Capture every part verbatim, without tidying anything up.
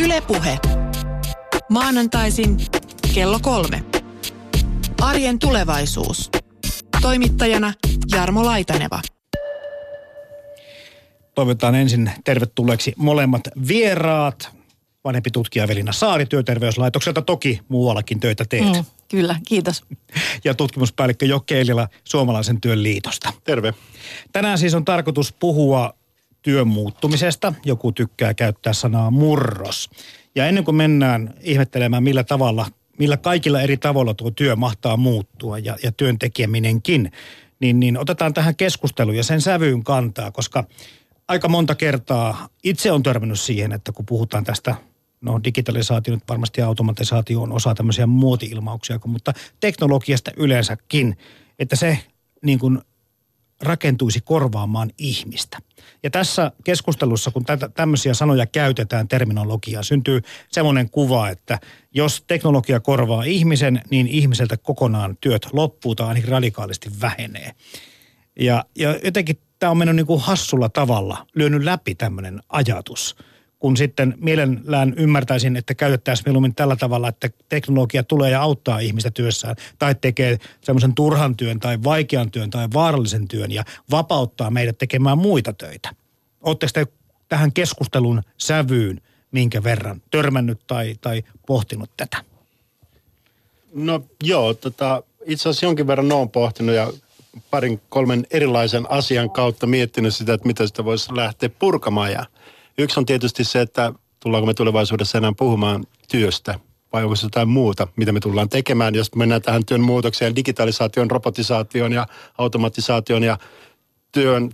Yle Puhe. Maanantaisin kello kolme. Arjen tulevaisuus. Toimittajana Jarmo Laitaneva. Toivotaan ensin tervetulleeksi molemmat vieraat. Vanhempi tutkija Evelina Saari Työterveyslaitokselta, toki muuallakin töitä teet. Mm, kyllä, kiitos. Ja tutkimuspäällikkö Jokke Eililä Suomalaisen työn liitosta. Terve. Tänään siis on tarkoitus puhua työn muuttumisesta. Joku tykkää käyttää sanaa murros. Ja ennen kuin mennään ihmettelemään millä tavalla, millä kaikilla eri tavoilla tuo työ mahtaa muuttua ja, ja työn tekeminenkin, niin, niin otetaan tähän keskusteluun ja sen sävyyn kantaa, koska aika monta kertaa itse on törmännyt siihen, että kun puhutaan tästä, no digitalisaatio nyt varmasti automatisaatio on osa tämmöisiä muoti-ilmauksia, mutta teknologiasta yleensäkin, että se niin kuin rakentuisi korvaamaan ihmistä. Ja tässä keskustelussa, kun tätä, tämmöisiä sanoja käytetään terminologiaa, syntyy semmoinen kuva, että jos teknologia korvaa ihmisen, niin ihmiseltä kokonaan työt loppuu tai ainakin radikaalisti vähenee. Ja, ja jotenkin tämä on mennyt niin kuin hassulla tavalla, lyönyt läpi tämmöinen ajatus, kun sitten mielellään ymmärtäisin, että käytettäisiin mieluummin tällä tavalla, että teknologia tulee ja auttaa ihmistä työssään tai tekee semmoisen turhan työn tai vaikean työn tai vaarallisen työn ja vapauttaa meidät tekemään muita töitä. Oletteko te tähän keskustelun sävyyn minkä verran törmännyt tai, tai pohtinut tätä? No joo, tota, itse asiassa jonkin verran olen pohtinut ja parin kolmen erilaisen asian kautta miettinyt sitä, että miten sitä voisi lähteä purkamaan. Ja yksi on tietysti se, että tullaanko me tulevaisuudessa enää puhumaan työstä vai onko se jotain muuta, mitä me tullaan tekemään. Jos mennään tähän työn muutokseen, digitalisaation, robotisaation ja automatisaation ja työn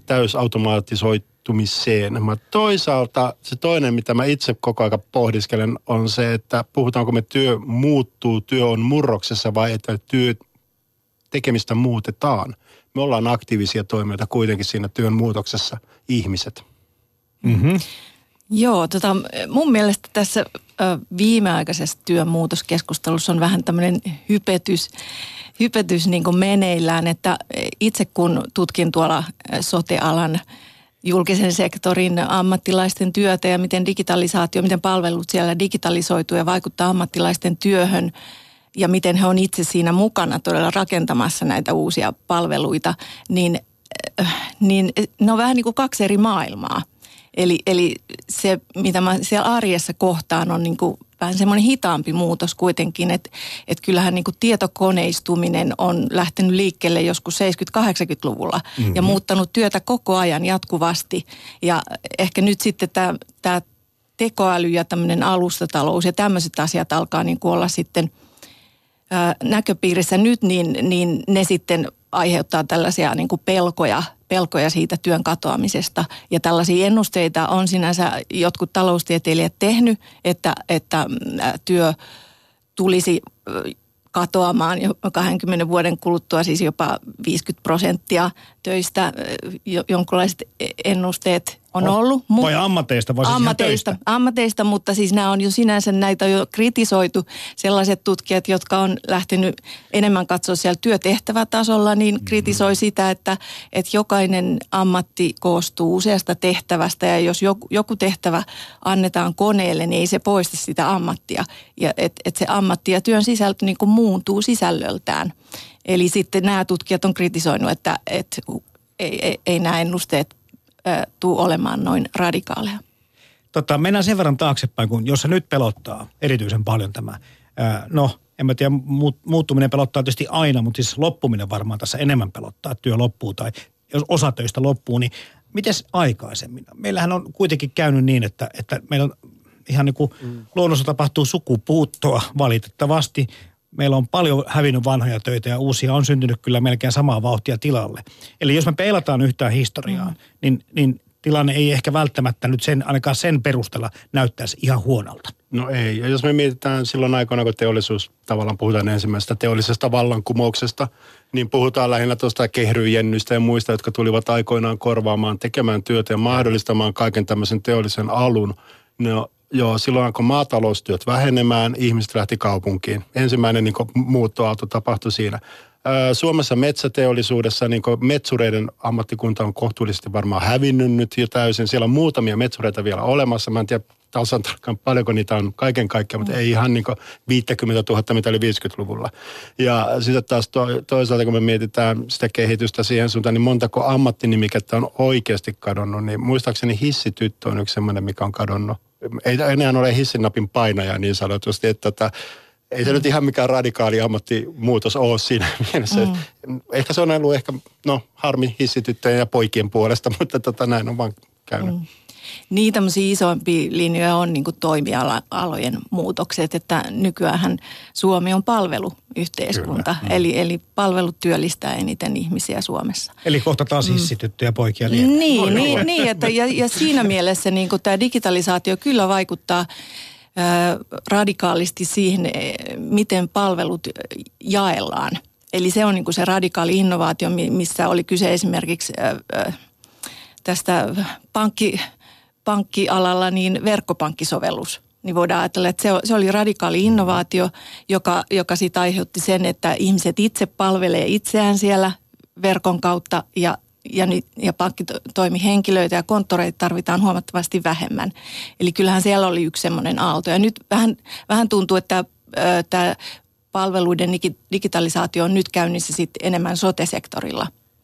täysautomatisoitumiseen. Mä toisaalta se toinen, mitä mä itse koko ajan pohdiskelen, on se, että puhutaanko me työ muuttuu, työ on murroksessa vai että työ tekemistä muutetaan. Me ollaan aktiivisia toimijoita kuitenkin siinä työn muutoksessa ihmiset. Mm-hmm. Joo, tota, mun mielestä tässä ö, viimeaikaisessa työn muutoskeskustelussa on vähän tämmöinen hypetys, hypetys niin kuin meneillään, että itse kun tutkin tuolla sote-alan julkisen sektorin ammattilaisten työtä ja miten digitalisaatio, miten palvelut siellä digitalisoituu ja vaikuttaa ammattilaisten työhön, ja miten he on itse siinä mukana todella rakentamassa näitä uusia palveluita, niin, niin ne on vähän niin kuin kaksi eri maailmaa. Eli, eli se, mitä mä siellä arjessa kohtaan, on niin kuin vähän semmoinen hitaampi muutos kuitenkin, että, että kyllähän niin kuin tietokoneistuminen on lähtenyt liikkeelle joskus seitsemänkymmentä-kahdeksankymmentäluvulla mm-hmm. ja muuttanut työtä koko ajan jatkuvasti. Ja ehkä nyt sitten tämä, tämä tekoäly ja tämmöinen alustatalous ja tämmöiset asiat alkaa niin kuin olla sitten näköpiirissä nyt, niin, niin ne sitten aiheuttaa tällaisia niin kuin pelkoja, pelkoja siitä työn katoamisesta. Ja tällaisia ennusteita on sinänsä jotkut taloustieteilijät tehnyt, että, että työ tulisi katoamaan jo kahdenkymmenen vuoden kuluttua, siis jopa viisikymmentä prosenttia töistä, jonkinlaiset ennusteet on ollut. Vai ammateista, vai siis ammateista, ammateista, mutta siis nämä on jo sinänsä, näitä on jo kritisoitu. Sellaiset tutkijat, jotka on lähtenyt enemmän katsoa siellä työtehtävätasolla, niin kritisoi sitä, että, että jokainen ammatti koostuu useasta tehtävästä ja jos joku, joku tehtävä annetaan koneelle, niin ei se poista sitä ammattia. Ja että et se ammatti ja työn sisältö niin kuin muuntuu sisällöltään. Eli sitten nämä tutkijat on kritisoinut, että, että ei, ei, ei nämä ennusteet tuu olemaan noin radikaaleja. Tota, mennään sen verran taaksepäin, kun jos se nyt pelottaa erityisen paljon tämä, ää, no en mä tiedä, muuttuminen pelottaa tietysti aina, mutta siis loppuminen varmaan tässä enemmän pelottaa, että työ loppuu tai jos osa töistä loppuu, niin mites aikaisemmin? Meillähän on kuitenkin käynyt niin, että, että meillä on ihan niin kuin mm. luonnossa tapahtuu sukupuuttoa valitettavasti. Meillä on paljon hävinnyt vanhoja töitä ja uusia on syntynyt kyllä melkein samaa vauhtia tilalle. Eli jos me peilataan yhtään historiaa, mm. niin, niin tilanne ei ehkä välttämättä nyt sen, ainakaan sen perusteella näyttäisi ihan huonolta. No ei. Ja jos me mietitään silloin aikoina, kun teollisuus, tavallaan puhutaan ensimmäisestä teollisesta vallankumouksesta, niin puhutaan lähinnä tuosta kehryjennystä ja muista, jotka tulivat aikoinaan korvaamaan, tekemään työtä ja mahdollistamaan kaiken tämmöisen teollisen alun. No, joo, silloin kun maataloustyöt vähenemään, ihmiset lähti kaupunkiin. Ensimmäinen niin muuttoaalto tapahtui siinä. Suomessa metsäteollisuudessa niin metsureiden ammattikunta on kohtuullisesti varmaan hävinnyt nyt jo täysin. Siellä on muutamia metsureita vielä olemassa. Mä en tiedä tasan tarkkaan paljonko niitä on kaiken kaikkiaan, mutta ei ihan niin viisikymmentätuhatta, mitä oli viisikymmentäluvulla. Ja sitten taas to, toisaalta, kun me mietitään sitä kehitystä siihen suuntaan, niin montako ammattinimikettä on oikeasti kadonnut. Niin muistaakseni hissityttö on yksi semmoinen, mikä on kadonnut. Ei enää ole hissinapin painaja niin sanotusti, että tota, ei se mm. nyt ihan mikään radikaali ammattimuutos ole siinä mielessä. Mm. Ehkä se on ollut ehkä, no harmi hissityttöjen ja poikien puolesta, mutta tota, näin on vaan käynyt. Mm. Niin tämmöisiä isompia linjoja on niin kuin toimialojen muutokset, että nykyäänhän Suomi on palveluyhteiskunta, eli, eli palvelut työllistää eniten ihmisiä Suomessa. Eli kohta taas hissityttöjä poikia lienee. Niin, niin, niin että, ja, ja siinä mielessä niin kuin tämä digitalisaatio kyllä vaikuttaa radikaalisti siihen, miten palvelut jaellaan. Eli se on niin kuin se radikaali innovaatio, missä oli kyse esimerkiksi tästä pankki, pankkialalla niin verkkopankkisovellus. Niin voidaan ajatella, että se oli radikaali innovaatio, joka, joka sitten aiheutti sen, että ihmiset itse palvelee itseään siellä verkon kautta ja Ja, ja pankkitoimihenkilöitä ja konttoreita tarvitaan huomattavasti vähemmän. Eli kyllähän siellä oli yksi semmoinen aalto. Ja nyt vähän, vähän tuntuu, että tämä palveluiden digitalisaatio on nyt käynnissä sitten enemmän sote-sektorilla.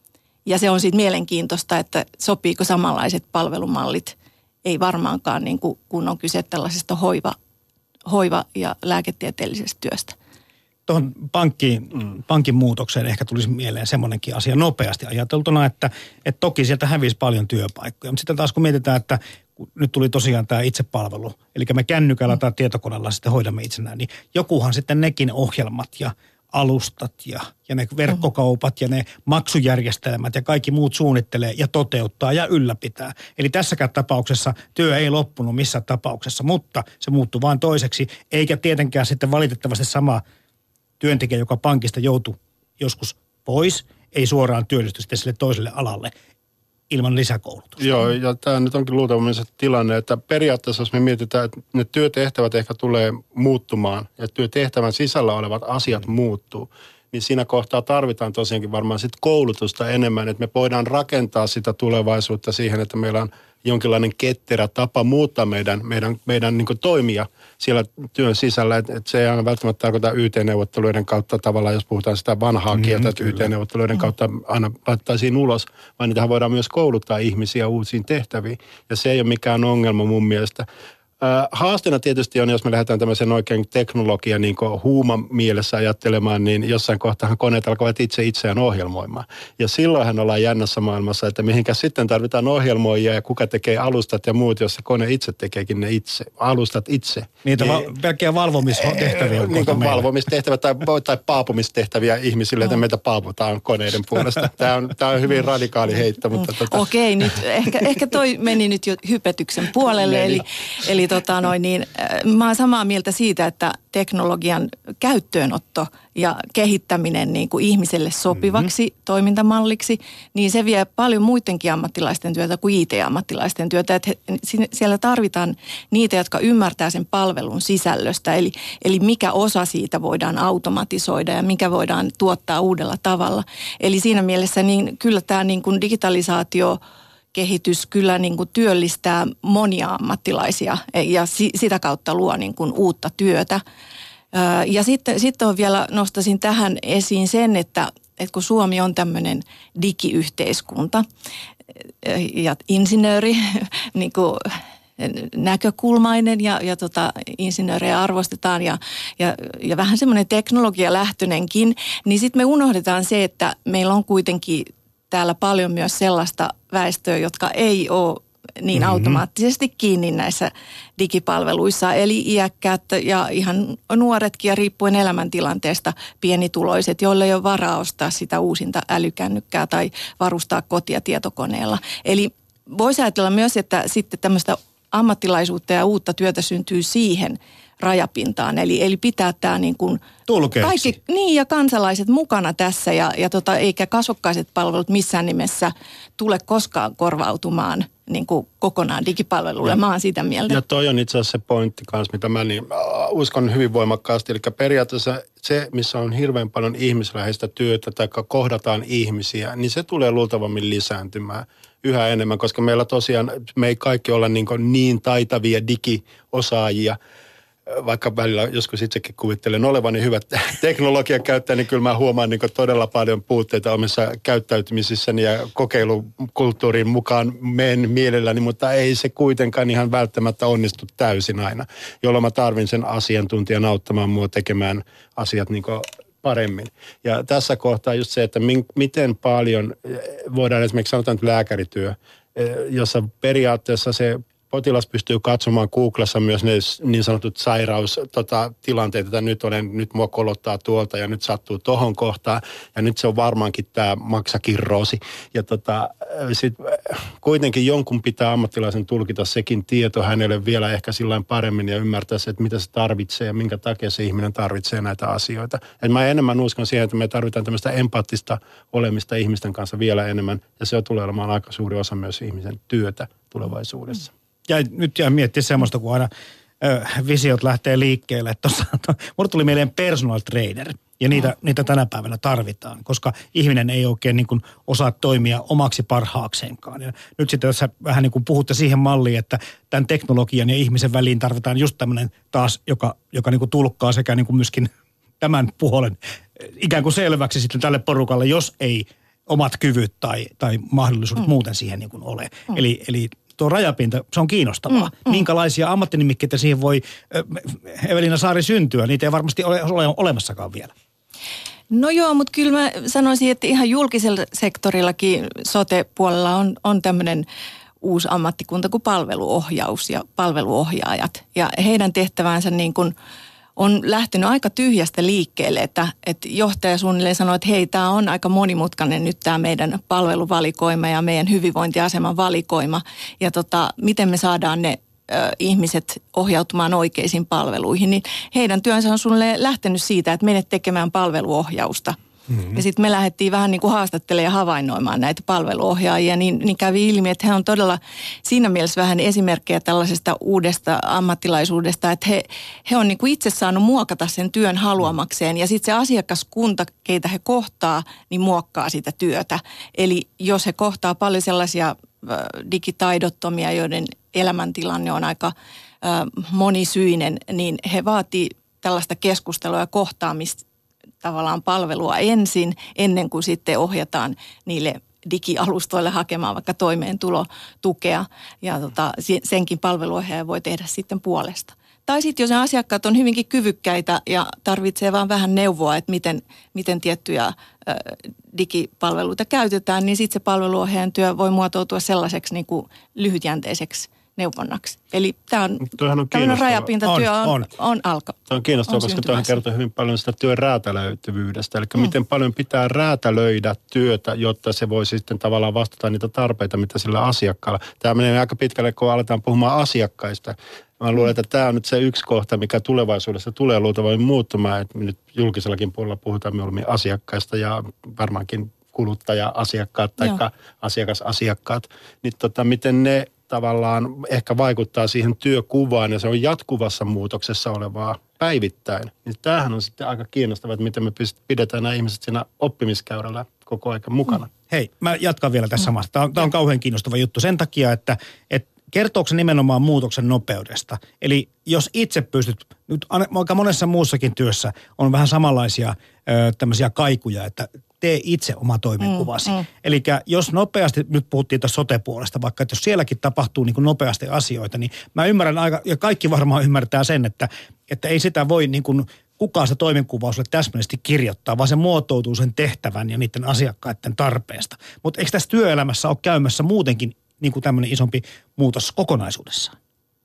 Ja se on sitten mielenkiintoista, että sopiiko samanlaiset palvelumallit. Ei varmaankaan, niin kuin, kun on kyse tällaisesta hoiva, hoiva- ja lääketieteellisestä työstä. Tuohon pankkiin, pankin muutokseen ehkä tulisi mieleen semmoinenkin asia nopeasti ajateltuna, että, että toki sieltä hävisi paljon työpaikkoja. Mutta sitten taas kun mietitään, että nyt tuli tosiaan tämä itsepalvelu, eli me kännykällä tai tietokoneella sitten hoidamme itsenään, niin jokuhan sitten nekin ohjelmat ja alustat ja, ja ne verkkokaupat ja ne maksujärjestelmät ja kaikki muut suunnittelee ja toteuttaa ja ylläpitää. Eli tässäkään tapauksessa työ ei loppunut missään tapauksessa, mutta se muuttui vain toiseksi, eikä tietenkään sitten valitettavasti sama työntekijä, joka pankista joutui joskus pois, ei suoraan työllisty sitten sille toiselle alalle ilman lisäkoulutusta. Joo, ja tämä nyt onkin luultavasti tilanne, että periaatteessa jos me mietitään, että ne työtehtävät ehkä tulee muuttumaan ja työtehtävän sisällä olevat asiat muuttuu, niin siinä kohtaa tarvitaan tosiaankin varmaan sitten koulutusta enemmän, että me voidaan rakentaa sitä tulevaisuutta siihen, että meillä on jonkinlainen ketterä tapa muuttaa meidän, meidän, meidän niin kuin toimia siellä työn sisällä. Että et se ei aina välttämättä tarkoita Y T-neuvotteluiden kautta tavallaan, jos puhutaan sitä vanhaa kieltä, mm, että Y T-neuvotteluiden mm. kautta aina laittaisiin ulos, vaan niitähän voidaan myös kouluttaa ihmisiä uusiin tehtäviin. Ja se ei ole mikään ongelma mun mielestä. Haasteena tietysti on, jos me lähdetään tämmöisen oikein teknologian niin huuman mielessä ajattelemaan, niin jossain kohtaa koneet alkavat itse itseään ohjelmoimaan. Ja silloinhan ollaan jännässä maailmassa, että mihinkä sitten tarvitaan ohjelmoijia ja kuka tekee alustat ja muut, jos se kone itse tekeekin ne itse, alustat itse. Niitä niin, va- pelkkiä valvomistehtäviä on niin kuin valvomistehtäviä tai, tai paapumistehtäviä ihmisille, että meitä paaputaan koneiden puolesta. Tämä on, tämä on hyvin radikaali heitto. Mutta tota. Okei, nyt ehkä, ehkä toi meni nyt jo hypetyksen puolelle, eli, eli Tota noin, niin, mä oon samaa mieltä siitä, että teknologian käyttöönotto ja kehittäminen niin kuin ihmiselle sopivaksi mm-hmm. toimintamalliksi, niin se vie paljon muidenkin ammattilaisten työtä kuin I T-ammattilaisten työtä. Että he, siellä tarvitaan niitä, jotka ymmärtää sen palvelun sisällöstä, eli, eli mikä osa siitä voidaan automatisoida ja mikä voidaan tuottaa uudella tavalla. Eli siinä mielessä niin kyllä tämä niin kuin digitalisaatio kehitys kyllä niin kuin työllistää monia ammattilaisia ja si, sitä kautta luo niin kuin uutta työtä. Ja sitten, sitten on vielä, nostaisin tähän esiin sen, että, että kun Suomi on tämmöinen digiyhteiskunta ja insinööri niin kuin näkökulmainen ja, ja tota, insinöörejä arvostetaan ja, ja, ja vähän semmoinen teknologialähtöinenkin, niin sitten me unohdetaan se, että meillä on kuitenkin täällä paljon myös sellaista väestöä, jotka ei ole niin mm-hmm. automaattisesti kiinni näissä digipalveluissa. Eli iäkkäät ja ihan nuoretkin ja riippuen elämäntilanteesta pienituloiset, joille ei ole varaa ostaa sitä uusinta älykännykkää tai varustaa kotia tietokoneella. Eli voisi ajatella myös, että sitten tämmöistä ammattilaisuutta ja uutta työtä syntyy siihen rajapintaan. Eli, eli pitää tämä niin kuin kaikki, niin ja kansalaiset mukana tässä ja, ja tota, eikä kasvokkaiset palvelut missään nimessä tule koskaan korvautumaan niin kuin kokonaan digipalveluille. Ja, mä oon sitä mieltä. Ja toi on itse asiassa se pointti kanssa, mitä mä niin, äh, uskon hyvin voimakkaasti. Eli periaatteessa se, missä on hirveän paljon ihmisläheistä työtä tai kohdataan ihmisiä, niin se tulee luultavammin lisääntymään yhä enemmän, koska meillä tosiaan, me ei kaikki olla niin, niin taitavia digiosaajia, vaikka välillä joskus itsekin kuvittelen olevani hyvä teknologian käyttäjä, niin kyllä mä huomaan niin todella paljon puutteita omissa käyttäytymisissäni ja kokeilukulttuuriin mukaan menen mielelläni, mutta ei se kuitenkaan ihan välttämättä onnistu täysin aina, jolloin mä tarvin sen asiantuntijan auttamaan mua tekemään asiat niin paremmin. Ja tässä kohtaa just se, että min, miten paljon voidaan esimerkiksi sanotaan, että lääkärityö, jossa periaatteessa se potilas pystyy katsomaan Googlessa myös ne niin sanotut sairaustilanteet, että nyt, olen, nyt mua kolottaa tuolta ja nyt sattuu tohon kohtaan ja nyt se on varmaankin tämä maksakirroosi. Ja tota, sit kuitenkin jonkun pitää ammattilaisen tulkita sekin tieto hänelle vielä ehkä sillain paremmin ja ymmärtää se, että mitä se tarvitsee ja minkä takia se ihminen tarvitsee näitä asioita. Et mä enemmän uskon siihen, että me tarvitaan tämmöistä empaattista olemista ihmisten kanssa vielä enemmän ja se tulee olemaan aika suuri osa myös ihmisen työtä tulevaisuudessa. Ja nyt jää miettiä semmoista, kun aina ö, visiot lähtee liikkeelle. Tuossa, to, mulle tuli mieleen personal trainer, ja niitä, mm. niitä tänä päivänä tarvitaan, koska ihminen ei oikein niin kuin osaa toimia omaksi parhaakseenkaan. Ja nyt sitten tässä vähän niin kuin puhutte siihen malliin, että tämän teknologian ja ihmisen väliin tarvitaan just tämmöinen taas, joka, joka niin kuin tulkkaa sekä niin kuin myöskin tämän puolen ikään kuin selväksi sitten tälle porukalle, jos ei omat kyvyt tai, tai mahdollisuudet mm. muuten siihen niin kuin ole. Mm. Eli, eli tuo rajapinta, se on kiinnostavaa. Mm, mm. Minkälaisia ammattinimikkeitä siihen voi Evelina Saari syntyä? Niitä ei varmasti ole, ole olemassakaan vielä. No joo, mutta kyllä mä sanoisin, että ihan julkisella sektorillakin sote-puolella on, on tämmöinen uusi ammattikunta kuin palveluohjaus ja palveluohjaajat. Ja heidän tehtävänsä niin kuin on lähtenyt aika tyhjästä liikkeelle, että, että johtaja suunnilleen sanoi, että hei, tämä on aika monimutkainen nyt tämä meidän palveluvalikoima ja meidän hyvinvointiaseman valikoima. Ja tota, miten me saadaan ne ö, ihmiset ohjautumaan oikeisiin palveluihin, niin heidän työnsä on suunnilleen lähtenyt siitä, että menet tekemään palveluohjausta. Mm-hmm. Ja sitten me lähdettiin vähän niin kuin haastattelemaan ja havainnoimaan näitä palveluohjaajia, niin, niin kävi ilmi, että he on todella siinä mielessä vähän esimerkkejä tällaisesta uudesta ammattilaisuudesta, että he, he on niin kuin itse saanut muokata sen työn haluamakseen ja sitten se asiakaskunta, keitä he kohtaa, niin muokkaa sitä työtä. Eli jos he kohtaa paljon sellaisia äh, digitaidottomia, joiden elämäntilanne on aika äh, monisyinen, niin he vaatii tällaista keskustelua ja kohtaamista, tavallaan palvelua ensin, ennen kuin sitten ohjataan niille digialustoille hakemaan vaikka toimeentulotukea. Ja tota, senkin palveluohjaaja voi tehdä sitten puolesta. Tai sitten jos ne asiakkaat on hyvinkin kyvykkäitä ja tarvitsee vaan vähän neuvoa, että miten, miten tiettyjä ö, digipalveluita käytetään, niin sitten se palveluohjaajan työ voi muotoutua sellaiseksi niin kuin lyhytjänteiseksi neuvonnaksi. Eli tämä on, on tämmöinen rajapintatyö on, on, on alka. Tämä on kiinnostavaa, koska tuohon kertoo hyvin paljon sitä työn räätälöityvyydestä. Eli mm. miten paljon pitää räätälöidä työtä, jotta se voi sitten tavallaan vastata niitä tarpeita, mitä sillä asiakkaalla. Tämä menee aika pitkälle, kun aletaan puhumaan asiakkaista. Mä luulen, että tämä on nyt se yksi kohta, mikä tulevaisuudessa tulee luultavasti muuttumaan. Että nyt julkisellakin puolella puhutaan mieluummin asiakkaista ja varmaankin kuluttaja-asiakkaat tai asiakasasiakkaat. Niin tota, miten ne tavallaan ehkä vaikuttaa siihen työkuvaan ja se on jatkuvassa muutoksessa olevaa päivittäin. Niin tämähän on sitten aika kiinnostavaa, että miten me pidetään nämä ihmiset siinä oppimiskäyrällä koko ajan mukana. Hei, mä jatkan vielä tässä samasta. Tämä on, tämä on kauhean kiinnostava juttu sen takia, että, että kertooko se nimenomaan muutoksen nopeudesta? Eli jos itse pystyt, nyt aika monessa muussakin työssä on vähän samanlaisia ö, tämmöisiä kaikuja, että tee itse oma toimenkuvasi. Mm, mm. Eli jos nopeasti, nyt puhuttiin tässä sote-puolesta, vaikka että jos sielläkin tapahtuu niin kuin nopeasti asioita, niin mä ymmärrän aika, ja kaikki varmaan ymmärtää sen, että, että ei sitä voi niin kuin kukaan se toimenkuva sulle täsmällisesti kirjoittaa, vaan se muotoutuu sen tehtävän ja niiden asiakkaiden tarpeesta. Mutta eikö tässä työelämässä ole käymässä muutenkin niin kuin tämmöinen isompi muutos kokonaisuudessaan?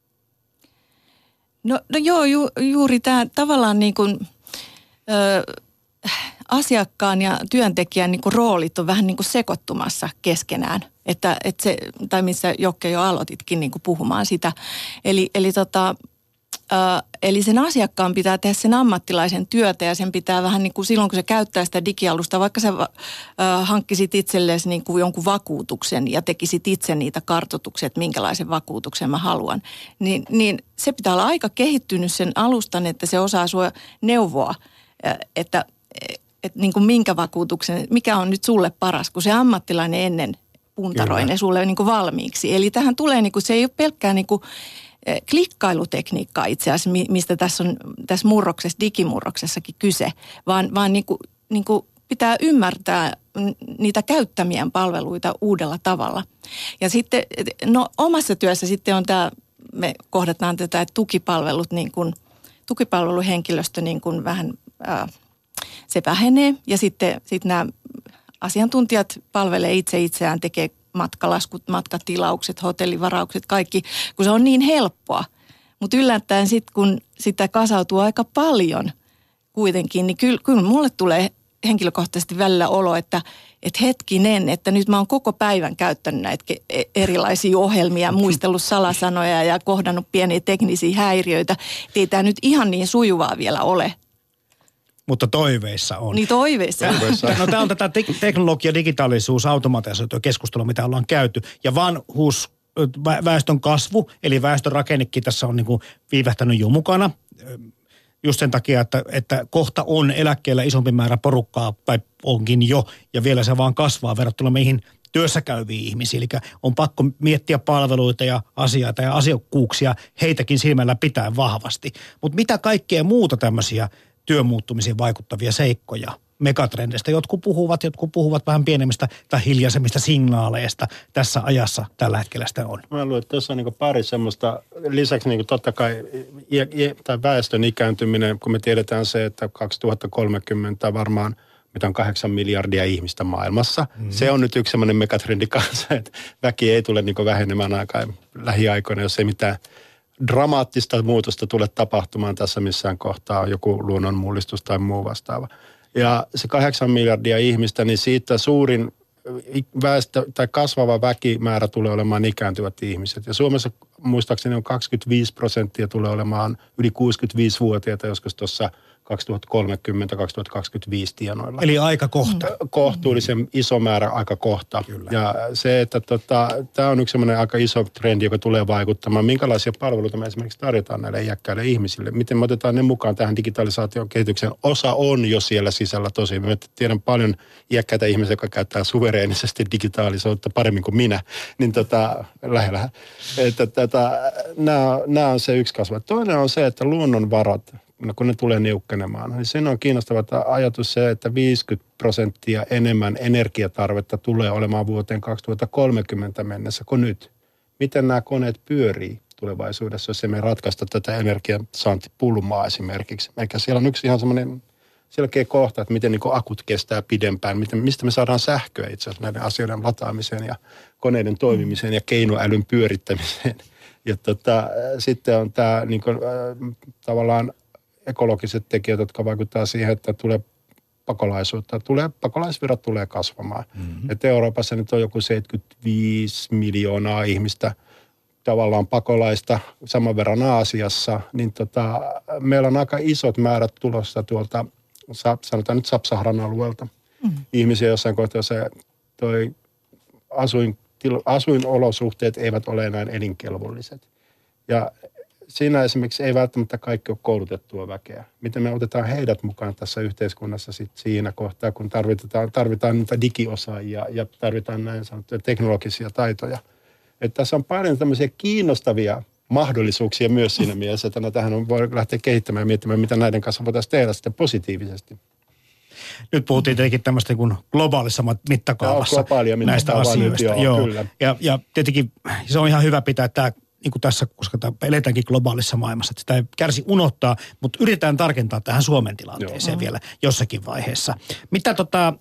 No, no joo, ju, juuri tämä tavallaan niin kuin Ö, asiakkaan ja työntekijän niin kuin roolit on vähän niin kuin sekoittumassa keskenään. Että, että se, tai missä Jokke jo aloititkin niin kuin puhumaan sitä. Eli, eli, tota, ää, eli sen asiakkaan pitää tehdä sen ammattilaisen työtä ja sen pitää vähän niin kuin silloin, kun se käyttää sitä digialusta, vaikka sä ää, hankkisit itsellesi niin kuin jonkun vakuutuksen ja tekisit itse niitä kartoituksia, että minkälaisen vakuutuksen mä haluan, niin, niin se pitää olla aika kehittynyt sen alustan, että se osaa sua neuvoa, että, että niin kuin minkä vakuutuksen, mikä on nyt sulle paras, kun se ammattilainen ennen puntaroi ne sulle niin kuin valmiiksi. Eli tähän tulee, niin kuin, se ei ole pelkkää niin kuin klikkailutekniikkaa itse asiassa, mistä tässä on tässä murroksessa, digimurroksessakin kyse, vaan, vaan niin kuin, niin kuin pitää ymmärtää niitä käyttämien palveluita uudella tavalla. Ja sitten, no omassa työssä sitten on tämä, me kohdataan tätä, että tukipalvelut, niin kuin, tukipalveluhenkilöstö niin kuin vähän, ää, se vähenee ja sitten, sitten nämä asiantuntijat palvelee itse itseään, tekee matkalaskut, matkatilaukset, hotellivaraukset, kaikki, kun se on niin helppoa. Mutta yllättäen sitten, kun sitä kasautuu aika paljon kuitenkin, niin kyllä, kyllä mulle tulee henkilökohtaisesti välillä olo, että et hetkinen, että nyt mä oon koko päivän käyttänyt näitä erilaisia ohjelmia, muistellut salasanoja ja kohdannut pieniä teknisiä häiriöitä. Et ei tämä nyt ihan niin sujuvaa vielä ole. Mutta toiveissa on. Niin toiveissa. toiveissa. No tämä on tätä te- teknologia, digitaalisuus, automatisaatio keskustelua, mitä ollaan käyty. Ja vanhuus, väestön kasvu, eli väestön rakennekin tässä on niin kuin viivähtänyt jo mukana. Just sen takia, että, että kohta on eläkkeellä isompi määrä porukkaa, tai onkin jo, ja vielä se vaan kasvaa verrattuna meihin työssä käyviin ihmisiin. Eli on pakko miettiä palveluita ja asioita ja asiakkuuksia heitäkin silmällä pitää vahvasti. Mutta mitä kaikkea muuta tämmöisiä työn muuttumisiin vaikuttavia seikkoja megatrendeistä. Jotkut puhuvat, jotkut puhuvat vähän pienemmistä tai hiljaisemmista signaaleista tässä ajassa tällä hetkellä sitä on. Mä luulen, että tuossa on niin pari semmoista, lisäksi niin totta kai tai väestön ikääntyminen, kun me tiedetään se, että kaksituhattakolmekymmentä varmaan mitä on kahdeksan miljardia ihmistä maailmassa. Mm-hmm. Se on nyt yksi semmoinen megatrendi kanssa, että väki ei tule niin vähenemään aikaan lähiaikoina, jos ei mitään dramaattista muutosta tule tapahtumaan tässä missään kohtaa, joku luonnonmullistus tai muu vastaava. Ja se kahdeksan miljardia ihmistä, niin siitä suurin väestö tai kasvava väkimäärä tulee olemaan ikääntyvät ihmiset. Ja Suomessa muistaakseni on kaksikymmentäviisi prosenttia tulee olemaan yli kuusikymmentäviisivuotiaita joskus tuossa kaksituhattakolmekymmentä kaksituhattakaksikymmentäviisi tienoilla. Eli aika kohta. Kohtuullisen iso määrä aika kohta. Kyllä. Ja se, että tota, tämä on yksi sellainen aika iso trendi, joka tulee vaikuttamaan. Minkälaisia palveluita me esimerkiksi tarjotaan näille iäkkäille ihmisille? Miten me otetaan ne mukaan tähän digitalisaation kehitykseen? Osa on jo siellä sisällä tosi. Mä tiedän paljon iäkkäitä ihmisiä, jotka käyttää suvereenisesti digitaalisuutta paremmin kuin minä. Niin tota, lähellä. Että tota, nämä on se yksi kasva. Toinen on se, että luonnonvarat, kun ne tulee niukkenemaan. Niin siinä on kiinnostava ajatus se, että viisikymmentä prosenttia enemmän energiatarvetta tulee olemaan vuoteen kaksituhattakolmekymmentä mennessä kuin nyt. Miten nämä koneet pyörii tulevaisuudessa, jos emme ratkaista tätä energiansaantipulmaa esimerkiksi? Eikä siellä on yksi ihan semmoinen selkeä kohta, että miten niin kuin akut kestää pidempään, miten, mistä me saadaan sähköä itse asiassa näiden asioiden lataamiseen ja koneiden toimimiseen ja keinoälyn pyörittämiseen. Ja tota, sitten on tämä niin kuin, äh, tavallaan ekologiset tekijät, jotka vaikuttaa siihen, että tulee pakolaisuutta. Tulee, pakolaisvirrat tulee kasvamaan. Mm-hmm. Että Euroopassa nyt on joku seitsemänkymmentäviisi miljoonaa ihmistä tavallaan pakolaista, saman verran Aasiassa. Niin tota, meillä on aika isot määrät tulossa tuolta, sanotaan nyt Sub-Saharan alueelta. Mm-hmm. Ihmisiä jossain kohtaa, se toi asuin, asuinolosuhteet eivät ole enää elinkelvolliset. Ja siinä esimerkiksi ei välttämättä kaikki ole koulutettua väkeä. Miten me otetaan heidät mukaan tässä yhteiskunnassa sit siinä kohtaa, kun tarvitaan, tarvitaan niitä digiosaajia ja tarvitaan näin sanottuja teknologisia taitoja. Että tässä on paljon tämmöisiä kiinnostavia mahdollisuuksia myös siinä mielessä, että tähän on, voi lähteä kehittämään ja miettimään, mitä näiden kanssa voitaisiin tehdä sitten positiivisesti. Nyt puhuttiin tietenkin tämmöistä kuin globaalissa mittakaavassa näistä asioista. Joo, joo. Kyllä. Ja, ja tietenkin se on ihan hyvä pitää tämä niin kuin tässä, koska eletäänkin globaalissa maailmassa, että sitä ei kärsi unohtaa, mutta yritetään tarkentaa tähän Suomen tilanteeseen Joo. vielä jossakin vaiheessa. Mitä tota,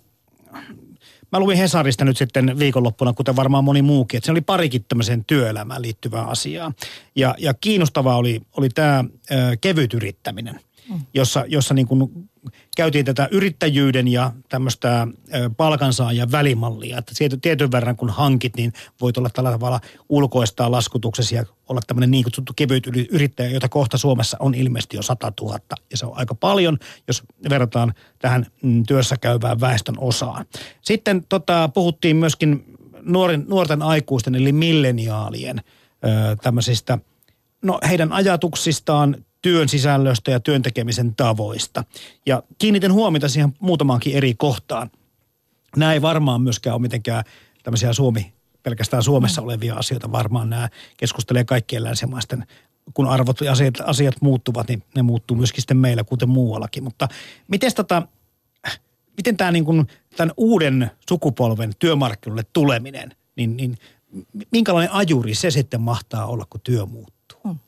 mä luin Hesarista nyt sitten viikonloppuna, kuten varmaan moni muukin, että se oli parikin tämmöiseen työelämään liittyvää asiaa. Ja, ja kiinnostavaa oli, oli tämä ö, kevyt yrittäminen, mm. jossa, jossa niin kuin käytiin tätä yrittäjyyden ja tämmöistä palkansaajan välimallia. Että tietyn verran kun hankit, niin voit olla tällä tavalla ulkoistaa laskutuksesi ja olla tämmöinen niin kutsuttu kevyt yrittäjä, jota kohta Suomessa on ilmeisesti jo sata tuhatta. Ja se on aika paljon, jos verrataan tähän työssä käyvään väestön osaan. Sitten tota, puhuttiin myöskin nuoren, nuorten aikuisten eli milleniaalien ö, tämmöisistä, no heidän ajatuksistaan, työn sisällöstä ja työn tekemisen tavoista. Ja kiinnitän huomiota siihen muutamaankin eri kohtaan. Nämä ei varmaan myöskään ole mitenkään tämmöisiä Suomi, pelkästään Suomessa olevia asioita. Varmaan nämä keskustelee kaikkien länsimaisten, kun arvot ja asiat, asiat muuttuvat, niin ne muuttuu myöskin sitten meillä, kuten muuallakin. Mutta miten tota, miten tämä niin kuin tämän uuden sukupolven työmarkkinoille tuleminen, niin, niin minkälainen ajuri se sitten mahtaa olla, kun työ muuttuu?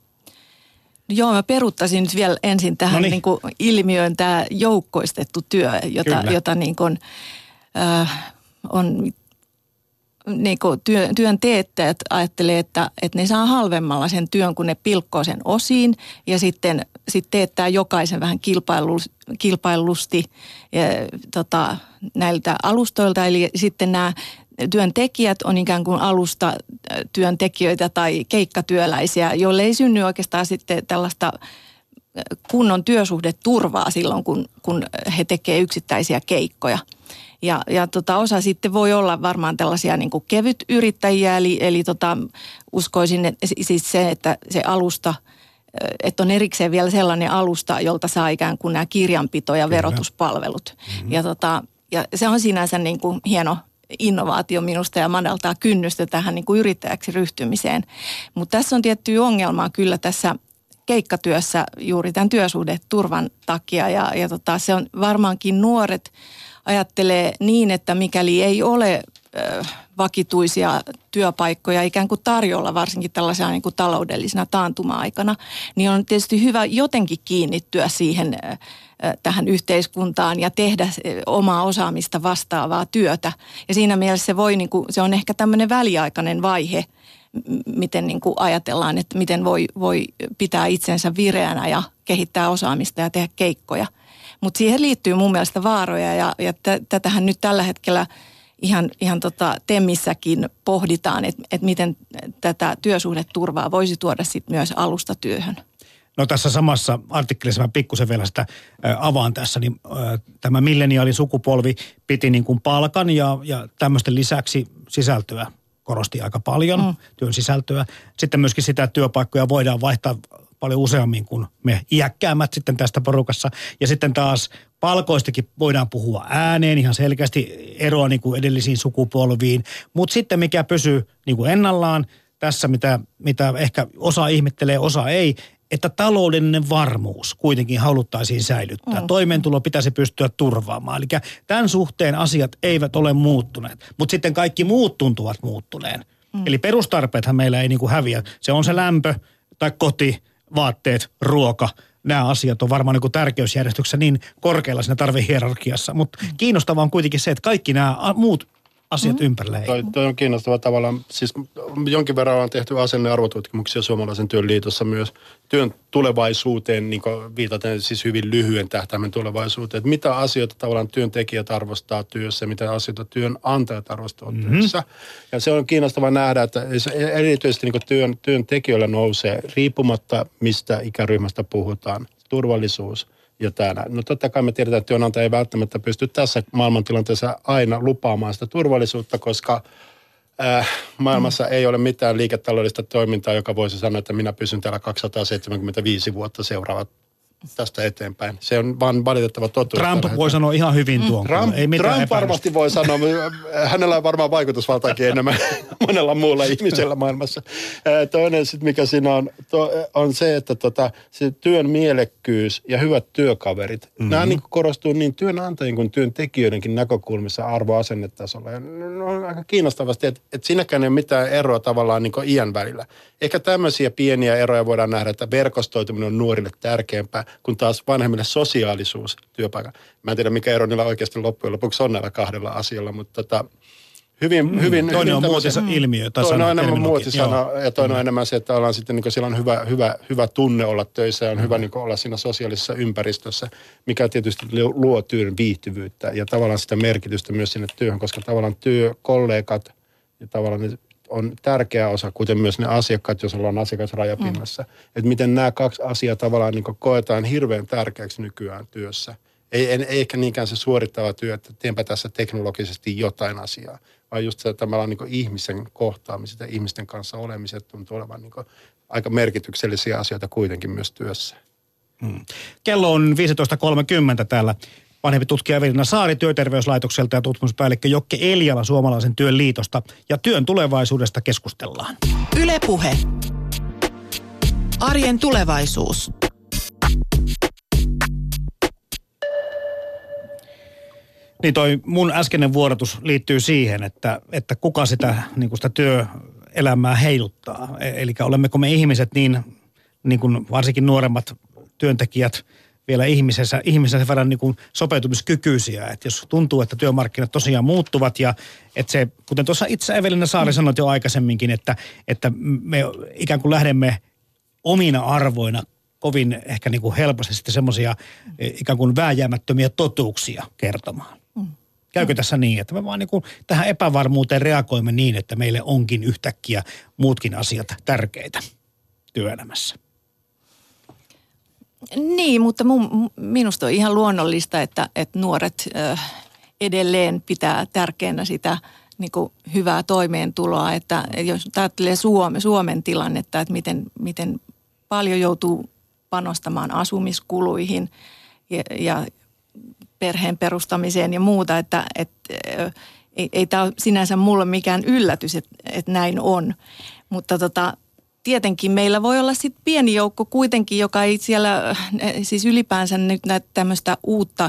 Joo, mä peruuttaisin nyt vielä ensin tähän niin kuin ilmiöön tämä joukkoistettu työ, jota, jota niin kuin, äh, on niin kuin työ, työn teettäjät ajattelee, että, että ne saa halvemmalla sen työn, kun ne pilkkoo sen osiin ja sitten sit teettää jokaisen vähän kilpailu, kilpailusti ja, tota, näiltä alustoilta. Eli sitten nämä työntekijät on ikään kuin alusta työntekijöitä tai keikkatyöläisiä, joille ei synny oikeastaan sitten tällaista kunnon työsuhdeturvaa silloin, kun, kun he tekevät yksittäisiä keikkoja. Ja, ja tota, osa sitten voi olla varmaan tällaisia niin kuin kevyt yrittäjiä, eli, eli tota, uskoisin että siis se, että se alusta, että on erikseen vielä sellainen alusta, jolta saa ikään kuin nämä kirjanpito- ja verotuspalvelut. Mm-hmm. Ja, tota, ja se on sinänsä niin kuin hieno innovaatio minusta ja madaltaa kynnystä tähän niin kuin yrittäjäksi ryhtymiseen. Mutta tässä on tiettyä ongelmaa kyllä tässä keikkatyössä juuri tämän työsuhdeturvan takia ja, ja tota, se on varmaankin nuoret ajattelee niin, että mikäli ei ole ö, vakituisia työpaikkoja ikään kuin tarjolla, varsinkin tällaisena niin kuin taloudellisena taantuma-aikana, niin on tietysti hyvä jotenkin kiinnittyä siihen ö, tähän yhteiskuntaan ja tehdä omaa osaamista vastaavaa työtä. Ja siinä mielessä se, voi, niin kuin, se on ehkä tämmöinen väliaikainen vaihe, miten niin kuin ajatellaan, että miten voi, voi pitää itsensä vireänä ja kehittää osaamista ja tehdä keikkoja. Mutta siihen liittyy mun mielestä vaaroja ja, ja t- tätähän nyt tällä hetkellä ihan, ihan tota Temissäkin pohditaan, että et miten tätä työsuhdeturvaa voisi tuoda sitten myös alustatyöhön. No tässä samassa artikkelissa mä pikkusen vielä sitä ä, avaan tässä, niin ä, tämä milleniaalisukupolvi piti niin kuin palkan ja, ja tämmöisten lisäksi sisältöä korosti aika paljon, mm. työn sisältöä. Sitten myöskin sitä, että työpaikkoja voidaan vaihtaa paljon useammin kuin me iäkkäämät sitten tästä porukassa. Ja sitten taas palkoistakin voidaan puhua ääneen ihan selkeästi eroa niin kuin edellisiin sukupolviin. Mutta sitten mikä pysyy niin kuin ennallaan tässä, mitä, mitä ehkä osa ihmettelee, osa ei, että taloudellinen varmuus kuitenkin haluttaisiin säilyttää. Mm. Toimeentulo pitäisi pystyä turvaamaan. Eli tämän suhteen asiat eivät ole muuttuneet, mutta sitten kaikki muut tuntuvat muuttuneen. Mm. Eli perustarpeethan meillä ei niin kuin häviä. Se on se lämpö tai koti, vaatteet, ruoka. Nämä asiat on varmaan niin kuin tärkeysjärjestyksessä niin korkealla siinä tarvehierarkiassa. Mutta mm. kiinnostavaa on kuitenkin se, että kaikki nämä muut asiat mm. ympärillä ei. Toi, toi on kiinnostava tavallaan. Siis jonkin verran on tehty asenne- ja arvotutkimuksia Suomalaisen työn liitossa myös työn tulevaisuuteen, niin kuin viitaten siis hyvin lyhyen tähtäimen tulevaisuuteen. Että mitä asioita tavallaan työntekijät arvostaa työssä, mitä asioita työnantajat arvostaa mm-hmm. työssä. Ja se on kiinnostavaa nähdä, että erityisesti niin kuin työn, työntekijöillä nousee riippumatta mistä ikäryhmästä puhutaan. Turvallisuus. Ja täällä. No totta kai me tiedetään, että työnantaja ei välttämättä pysty tässä maailmantilanteessa aina lupaamaan sitä turvallisuutta, koska äh, maailmassa mm. ei ole mitään liiketaloudellista toimintaa, joka voisi sanoa, että minä pysyn täällä kaksisataaseitsemänkymmentäviisi vuotta seuraavat tästä eteenpäin. Se on vaan valitettava totuus. Trump voi sanoa ihan hyvin tuon. Trump, ei Trump varmasti voi sanoa. Hänellä on varmaan vaikutusvaltaakin enemmän monella muulla ihmisellä maailmassa. Toinen sitten, mikä siinä on, to, on se, että tota, se työn mielekkyys ja hyvät työkaverit, mm-hmm. nämä niin korostuu niin työnantajien kuin työntekijöidenkin näkökulmissa arvoasennetasolla. Ja no, on aika kiinnostavasti, että, että siinäkään ei ole mitään eroa tavallaan niin iän välillä. Ehkä tämmöisiä pieniä eroja voidaan nähdä, että verkostoituminen on nuorille tärkeämpää, kun taas vanhemmille sosiaalisuus työpaikan. Mä en tiedä, mikä ero niillä oikeasti loppujen lopuksi on näillä kahdella asialla, mutta tota, Hyvin, mm. hyvin, toinen hyvin on muotisa ilmiö. Toinen on enemmän muotisana ja toinen on enemmän se, että ollaan sitten, niin kuin, siellä on hyvä, hyvä, hyvä tunne olla töissä ja on mm. hyvä niin kuin, olla siinä sosiaalisessa ympäristössä, mikä tietysti luo työn viihtyvyyttä ja tavallaan sitä merkitystä myös sinne työhön, koska tavallaan työkollegat ja tavallaan ne on tärkeä osa, kuten myös ne asiakkaat, jos ollaan asiakasrajapinnassa. Mm. Että miten nämä kaksi asiaa tavallaan niin kuin, koetaan hirveän tärkeäksi nykyään työssä. Ei, ei, ei ehkä niinkään se suorittava työ, että teenpä tässä teknologisesti jotain asiaa, vaan just se tavallaan niin kuin ihmisen kohtaamiset ja ihmisten kanssa olemiset tuntuu olevan niin kuin aika merkityksellisiä asioita kuitenkin myös työssä. Hmm. Kello on viisitoista kolmekymmentä täällä. Vanhempi tutkija Evelina Saari Työterveyslaitokselta ja tutkimuspäällikkö Jokke Eljala Suomalaisen työn liitosta. Ja työn tulevaisuudesta keskustellaan. Yle Puhe. Arjen tulevaisuus. Niin toi mun äskeinen vuorotus liittyy siihen, että, että kuka sitä, niin kuin sitä työelämää heiluttaa. Eli olemmeko me ihmiset niin, niin kuin varsinkin nuoremmat työntekijät vielä ihmisessä, ihmisessä sen verran niin kuin sopeutumiskykyisiä. Että jos tuntuu, että työmarkkinat tosiaan muuttuvat ja että se, kuten tuossa itse Evelina Saari sanoi jo aikaisemminkin, että, että me ikään kuin lähdemme omina arvoina kovin ehkä niin kuin helposti sitten semmoisia ikään kuin vääjäämättömiä totuuksia kertomaan. Mm. Käykö tässä niin, että me vaan niin kuin tähän epävarmuuteen reagoimme niin, että meille onkin yhtäkkiä muutkin asiat tärkeitä työelämässä? Niin, mutta mun, minusta on ihan luonnollista, että, että nuoret ö, edelleen pitää tärkeänä sitä niin kuin hyvää toimeentuloa. Että jos ajattelee Suomen, Suomen tilannetta, että miten, miten paljon joutuu panostamaan asumiskuluihin ja, ja perheen perustamiseen ja muuta, että, että ei, ei tämä ole sinänsä mulle mikään yllätys, että, että näin on. Mutta tota, tietenkin meillä voi olla sitten pieni joukko kuitenkin, joka ei siellä, siis ylipäänsä nyt näitä tämmöistä uutta,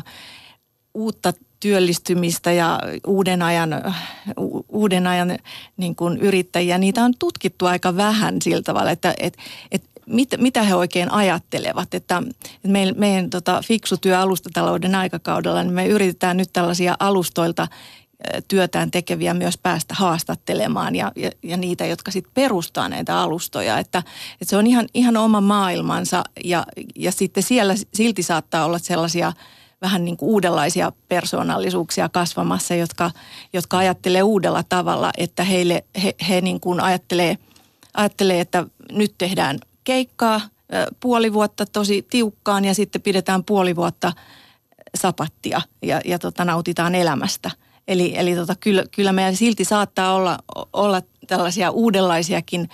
uutta työllistymistä ja uuden ajan, uuden ajan niin kuin yrittäjiä, niitä on tutkittu aika vähän sillä tavalla, että, että, että Mit, mitä he oikein ajattelevat, että, että meidän, meidän tota, fiksu työ alustatalouden aikakaudella, niin me yritetään nyt tällaisia alustoilta työtään tekeviä myös päästä haastattelemaan ja, ja, ja niitä, jotka sitten perustaa näitä alustoja, että, että se on ihan, ihan oma maailmansa ja, ja sitten siellä silti saattaa olla sellaisia vähän niin kuin uudenlaisia persoonallisuuksia kasvamassa, jotka, jotka ajattelee uudella tavalla, että heille, he, he niin kuin ajattelee, ajattelee, että nyt tehdään keikkaa puoli vuotta tosi tiukkaan ja sitten pidetään puoli vuotta sapattia ja, ja tota, nautitaan elämästä. Eli, eli tota, kyllä, kyllä meillä silti saattaa olla, olla tällaisia uudenlaisiakin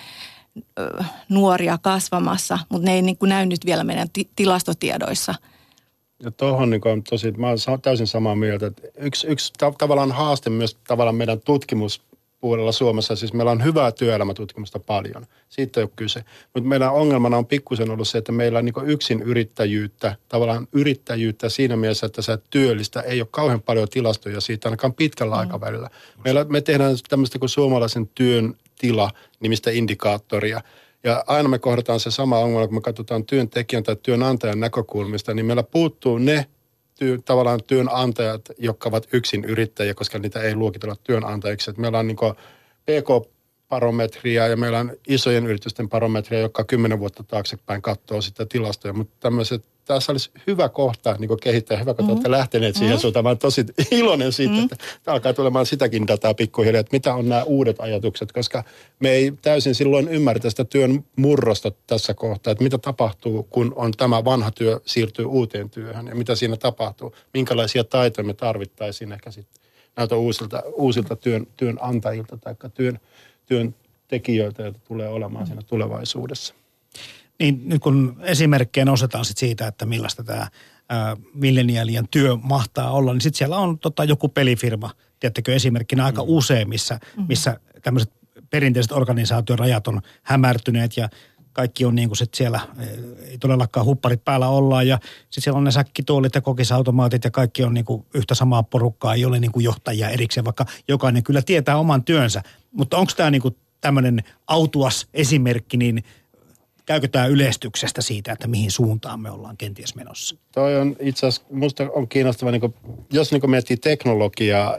ö, nuoria kasvamassa, mutta ne ei niin kuin näy nyt vielä meidän ti- tilastotiedoissa. Ja tuohon niin on tosi, mä olen täysin samaa mieltä, että yksi, yksi ta- tavallaan haaste myös tavallaan meidän tutkimus puolella Suomessa, siis meillä on hyvää työelämätutkimusta paljon, siitä ei ole kyse. Mutta meidän ongelmana on pikkusen ollut se, että meillä on niin yksin yrittäjyyttä, tavallaan yrittäjyyttä siinä mielessä, että sä työllistä, ei ole kauhean paljon tilastoja siitä ainakaan pitkällä mm. aikavälillä. Meillä, me tehdään tämmöistä kuin suomalaisen työn tila nimistä indikaattoria. Ja aina me kohdataan se sama ongelma, kun me katsotaan työntekijän tai työnantajan näkökulmista, niin meillä puuttuu ne Työ, tavallaan työnantajat, jotka ovat yksin yrittäjiä, koska niitä ei luokitella työnantajiksi. Että meillä on niin kuin P K-barometria ja meillä on isojen yritysten barometria, joka kymmenen vuotta taaksepäin katsoo sitä tilastoja. Mutta tämmöiset, tässä olisi hyvä kohta niin kuin kehittää. Hyvä, kun mm-hmm. olette lähteneet siihen mm-hmm. suuntaan. Mä olen tosi iloinen siitä, mm-hmm. että alkaa tulemaan sitäkin dataa pikkuhiljaa, että mitä on nämä uudet ajatukset, koska me ei täysin silloin ymmärretä sitä työn murrosta tässä kohtaa, että mitä tapahtuu, kun on tämä vanha työ siirtyy uuteen työhön ja mitä siinä tapahtuu, minkälaisia taitoja me tarvittaisiin ehkä sitten näitä uusilta, uusilta työn, työnantajilta tai työn, työntekijöiltä, joita tulee olemaan siinä tulevaisuudessa. Niin nyt kun esimerkkejä nostetaan sit siitä, että millaista tämä milleniaalien työ mahtaa olla, niin sitten siellä on tota, joku pelifirma, tiedättekö esimerkkinä aika mm. usein, missä, missä tämmöiset perinteiset organisaatiorajat on hämärtyneet ja kaikki on niin kuin sit siellä, ei todellakaan hupparit päällä ollaan ja sitten siellä on ne säkkituolit ja kokisautomaatit ja kaikki on niin kuin yhtä samaa porukkaa, ei ole niin kuin johtajia erikseen, vaikka jokainen kyllä tietää oman työnsä. Mutta onko tämä niin kuin tämmöinen autuas esimerkki, niin käykö tämä yleistyksestä siitä, että mihin suuntaan me ollaan kenties menossa? Toi on itse asiassa, musta on kiinnostava, niin kuin, jos niin kuin miettii teknologiaa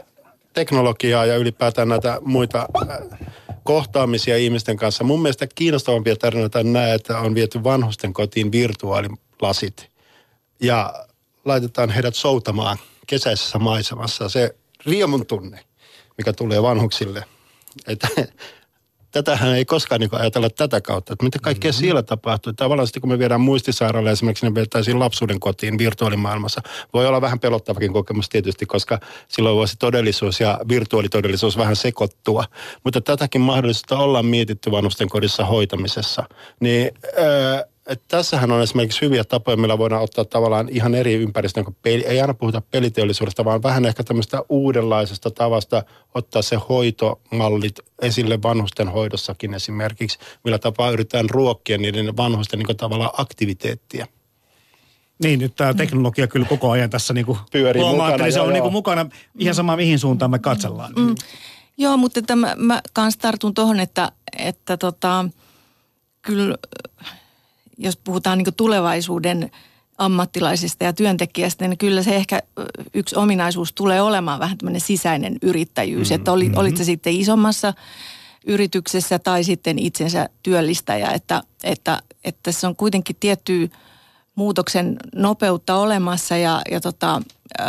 teknologiaa ja ylipäätään näitä muita kohtaamisia ihmisten kanssa. Mun mielestä kiinnostavampia tarinoita on nämä, että on viety vanhusten kotiin virtuaalilasit ja laitetaan heidät soutamaan kesäisessä maisemassa. Se riemun tunne, mikä tulee vanhuksille, että tätähän ei koskaan niin ajatella tätä kautta, että mitä kaikkea mm-hmm. siellä tapahtuu. Tavallaan sitten kun me viedään muistisairaalle esimerkiksi, ne vietäisiin lapsuuden kotiin virtuaalimaailmassa. Voi olla vähän pelottavakin kokemus tietysti, koska silloin voisi todellisuus ja virtuaalitodellisuus vähän sekoittua. Mutta tätäkin mahdollisuutta ollaan mietitty vanhusten kodissa hoitamisessa. Niin öö, että tässähän on esimerkiksi hyviä tapoja, millä voidaan ottaa tavallaan ihan eri ympäristön, kun peli, ei aina puhuta peliteollisuudesta, vaan vähän ehkä tämmöistä uudenlaisesta tavasta ottaa se hoitomallit esille vanhusten hoidossakin esimerkiksi, millä tapaa yritetään ruokkia niiden vanhusten niin kuin tavallaan aktiviteettia. Niin, nyt tämä teknologia kyllä koko ajan tässä niin kuin pyörii mukana. Että se on niin kuin mukana ihan sama, mihin suuntaan me katsellaan. Mm. Joo, mutta että mä, mä kans tartun tuohon, että, että tota, kyllä jos puhutaan niin kuin tulevaisuuden ammattilaisista ja työntekijästä, niin kyllä se ehkä yksi ominaisuus tulee olemaan vähän tämmöinen sisäinen yrittäjyys. Mm-hmm. Että oli, olit se sitten isommassa yrityksessä tai sitten itsensä työllistäjä, että, että, että tässä on kuitenkin tiettyä muutoksen nopeutta olemassa ja, ja tota,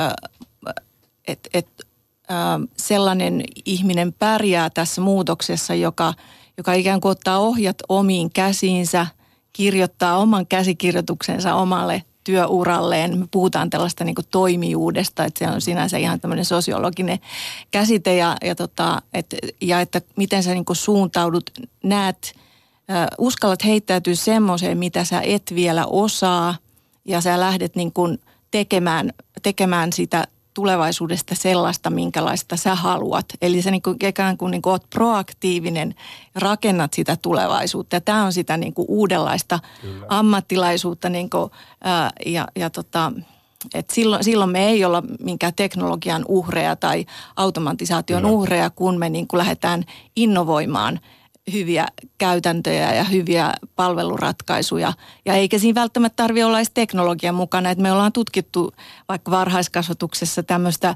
että et, sellainen ihminen pärjää tässä muutoksessa, joka, joka ikään kuin ottaa ohjat omiin käsiinsä, kirjoittaa oman käsikirjoituksensa omalle työuralleen. Me puhutaan tällaista niin kuin toimijuudesta, että se on sinänsä ihan tämmöinen sosiologinen käsite ja, ja, tota, et, ja että miten sä niin kuin suuntaudut, näet, äh, uskallat heittäytyä semmoiseen, mitä sä et vielä osaa ja sä lähdet niin kuin tekemään, tekemään sitä tulevaisuudesta sellaista, minkälaista sä haluat. Eli sä niin kuin, ikään kuin, niin kuin oot proaktiivinen ja rakennat sitä tulevaisuutta. Ja tämä on sitä niin kuin uudenlaista Kyllä. ammattilaisuutta. Niin kuin, ää, ja, ja tota, et silloin, silloin me ei olla minkään teknologian uhreja tai automatisaation Kyllä. uhreja, kun me niin kuin lähdetään innovoimaan hyviä käytäntöjä ja hyviä palveluratkaisuja. Ja eikä siinä välttämättä tarvitse olla edes teknologian mukana. Että me ollaan tutkittu vaikka varhaiskasvatuksessa tämmöistä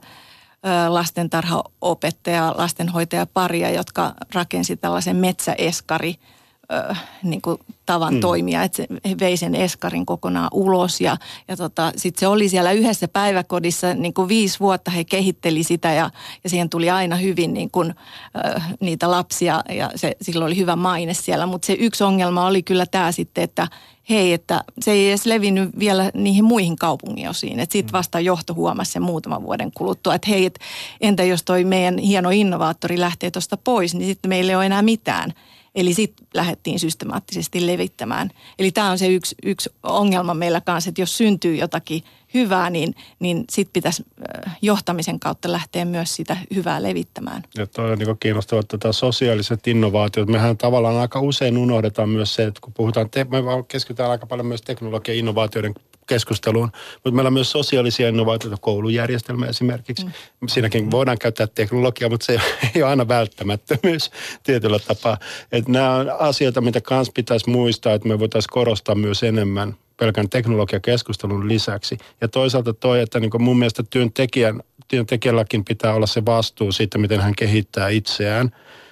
lastentarhaopettaja, lastenhoitajaparia, jotka rakensi tällaisen metsäeskari niin kuin tavan hmm. toimia, että se vei sen eskarin kokonaan ulos ja, ja tota, sitten se oli siellä yhdessä päiväkodissa niin kuin viisi vuotta he kehitteli sitä ja, ja siihen tuli aina hyvin niin kuin, äh, niitä lapsia ja se, silloin oli hyvä maine siellä, mutta se yksi ongelma oli kyllä tämä sitten, että hei, että se ei edes levinnyt vielä niihin muihin kaupunginosiin, että sitten vasta johto huomasi sen muutaman vuoden kuluttua, että hei, et, entä jos toi meidän hieno innovaattori lähtee tuosta pois, niin sitten meillä ei ole enää mitään. Eli sitten lähdettiin systemaattisesti levittämään. Eli tämä on se yksi, yksi ongelma meillä kanssa, että jos syntyy jotakin hyvää, niin, niin sitten pitäisi johtamisen kautta lähteä myös sitä hyvää levittämään. Ja toi on niin kiinnostavaa, että tämä sosiaaliset innovaatiot. Mehän tavallaan aika usein unohdetaan myös se, että kun puhutaan, te, me keskitytään aika paljon myös teknologian innovaatioiden keskusteluun, mutta meillä on myös sosiaalisia innovaatioita, koulujärjestelmä esimerkiksi. Mm. Siinäkin voidaan käyttää teknologiaa, mutta se ei ole aina välttämättömyys tietyllä tapaa. Että nämä on asioita, mitä kans pitäisi muistaa, että me voitaisiin korostaa myös enemmän pelkän teknologiakeskustelun lisäksi. Ja toisaalta toi, että niin mun mielestä työntekijän, työntekijälläkin pitää olla se vastuu siitä, miten hän kehittää itseään.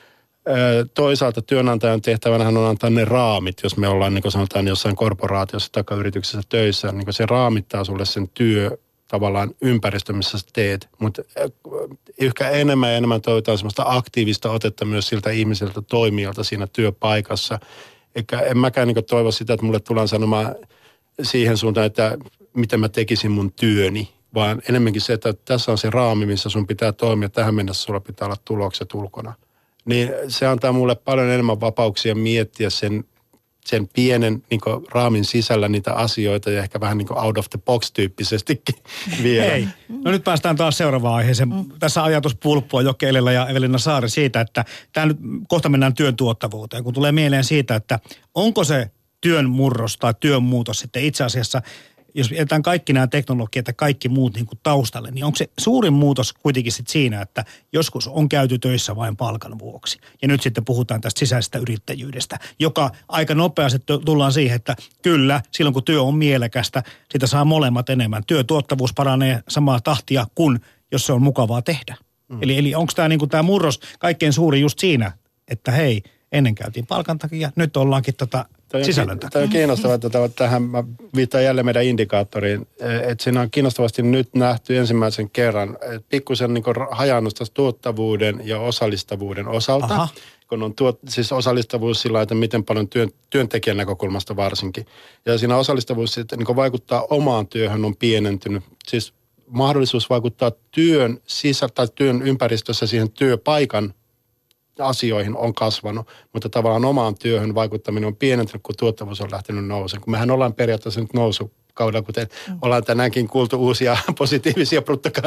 Toisaalta työnantajan tehtävänähän on antaa ne raamit, jos me ollaan niin kuin sanotaan jossain korporaatiossa tai yrityksessä töissä, niin se raamittaa sulle sen työ tavallaan ympäristö, missä sä teet. Mutta ehkä enemmän ja enemmän toivotaan semmoista aktiivista otetta myös siltä ihmiseltä toimijalta siinä työpaikassa. Eikä en mäkään niin kuin toivo sitä, että mulle tullaan sanomaan siihen suuntaan, että miten mä tekisin mun työni, vaan enemmänkin se, että tässä on se raami, missä sun pitää toimia. Tähän mennessä sulla pitää olla tulokset ulkona. Niin se antaa mulle paljon enemmän vapauksia miettiä sen, sen pienen niin kuin raamin sisällä niitä asioita ja ehkä vähän niin kuin out of the box tyyppisestikin vielä. Hei, no nyt päästään taas seuraavaan aiheeseen. Mm. Tässä ajatus pulppua Jokke Elilä ja Evelina Saari siitä, että tämä nyt kohta mennään työn tuottavuuteen, kun tulee mieleen siitä, että onko se työn murros tai työn muutos sitten itse asiassa, jos jätetään kaikki nämä teknologiat ja kaikki muut niin kuin taustalle, niin onko se suurin muutos kuitenkin sitten siinä, että joskus on käyty töissä vain palkan vuoksi. Ja nyt sitten puhutaan tästä sisäisestä yrittäjyydestä, joka aika nopeasti tullaan siihen, että kyllä, silloin kun työ on mielekästä, sitä saa molemmat enemmän. Työtuottavuus paranee samaa tahtia kuin jos se on mukavaa tehdä. Mm. Eli, eli onko tämä niinku, murros kaikkein suuri just siinä, että hei, ennen käytiin palkan takia, nyt ollaankin tota sisällön takia. Tämä on kiinnostavaa, että tähän mä viittaan jälleen meidän indikaattoriin, että siinä on kiinnostavasti nyt nähty ensimmäisen kerran pikkusen niin hajannusta tuottavuuden ja osallistavuuden osalta. Aha. Kun on tuot, siis osallistavuus sillä, että miten paljon työn, työntekijän näkökulmasta varsinkin. Ja siinä osallistavuus että niin vaikuttaa omaan työhön on pienentynyt. Siis mahdollisuus vaikuttaa työn sisä tai työn ympäristössä siihen työpaikan asioihin on kasvanut, mutta tavallaan omaan työhön vaikuttaminen on pienentynyt, kun tuottavuus on lähtenyt nousemaan. Kun mehän ollaan periaatteessa nyt nousukaudella, kuten mm. ollaan tänäänkin kuultu uusia positiivisia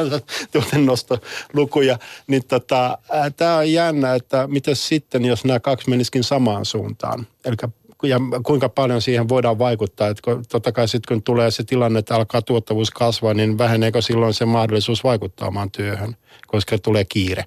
bruttokansantulostolukuja, niin tota, tämä on jännä, että miten sitten, jos nämä kaksi menisikin samaan suuntaan. Eli ja kuinka paljon siihen voidaan vaikuttaa. Että totta kai sitten kun tulee se tilanne, että alkaa tuottavuus kasvaa, niin väheneekö silloin se mahdollisuus vaikuttaa omaan työhön, koska tulee kiire.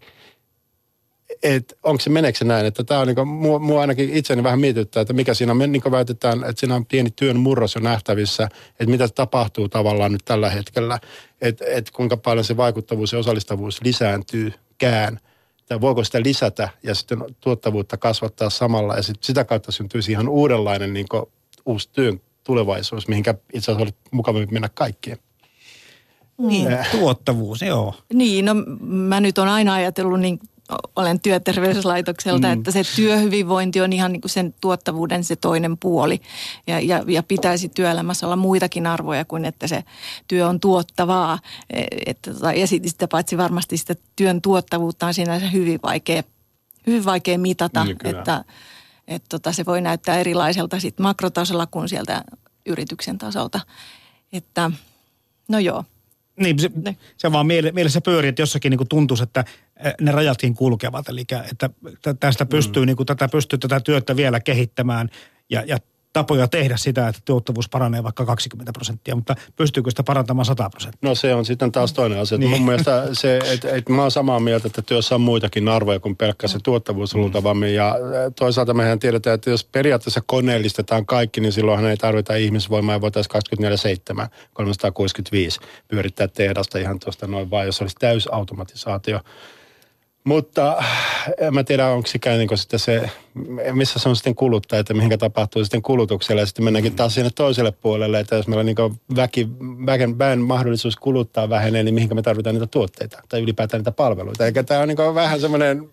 Että onko se, meneekö se näin, että tämä on niinku, mua, mua ainakin itseni vähän mietittää, että mikä siinä on, niin kuin väitetään, että siinä on pieni työn murros jo nähtävissä, että mitä tapahtuu tavallaan nyt tällä hetkellä, että et kuinka paljon se vaikuttavuus ja osallistavuus lisääntyykään, tai voiko sitä lisätä ja sitten tuottavuutta kasvattaa samalla, ja sit sitä kautta syntyisi ihan uudenlainen niin kuin, uusi työn tulevaisuus, mihinkä itse asiassa oli mukava mennä kaikkien. Niin. Tuottavuus, joo. Niin, no mä nyt on aina ajatellut niin, olen työterveyslaitokselta, mm. että se työhyvinvointi on ihan niin kuin sen tuottavuuden se toinen puoli. Ja, ja, ja pitäisi työelämässä olla muitakin arvoja kuin, että se työ on tuottavaa. Että, ja sitä paitsi varmasti sitä työn tuottavuutta on sinänsä hyvin vaikea, hyvin vaikea mitata. Mm, että että tota, se voi näyttää erilaiselta sit makrotasolla kuin sieltä yrityksen tasolta. Että no joo. Niin, se, se vaan mielessä pyörii, että jossakin niin kuin tuntuisi, että ne rajatkin kulkevat. Eli että tästä pystyy, mm. niin kuin, tätä pystyy tätä työtä vielä kehittämään ja, ja tapoja tehdä sitä, että tuottavuus paranee vaikka kaksikymmentä prosenttia, mutta pystyykö sitä parantamaan sata prosenttia? No se on sitten taas toinen asia. Niin. Mun mielestä se, että et mä oon samaa mieltä, että työssä on muitakin arvoja kuin pelkkä se tuottavuus luultavammin. Ja toisaalta mehän tiedetään, että jos periaatteessa koneellistetaan kaikki, niin silloinhan ei tarvita ihmisvoimaa ja voitaisiin kaksikymmentäneljä seitsemän, kolmesataakuusikymmentäviisi pyörittää tehdasta ihan tuosta noin vaan, jos olisi täysautomatisaatio. Mutta en mä tiedä, onko sikään niin sitten se, missä se on sitten kuluttajat ja mihinkä tapahtuu sitten kulutuksella. Ja sitten mennäänkin taas sinne toiselle puolelle, että jos meillä niin väki, väen, väen mahdollisuus kuluttaa vähenee, niin mihinkä me tarvitaan niitä tuotteita tai ylipäätään niitä palveluita. Eikä tämä on niin vähän semmoinen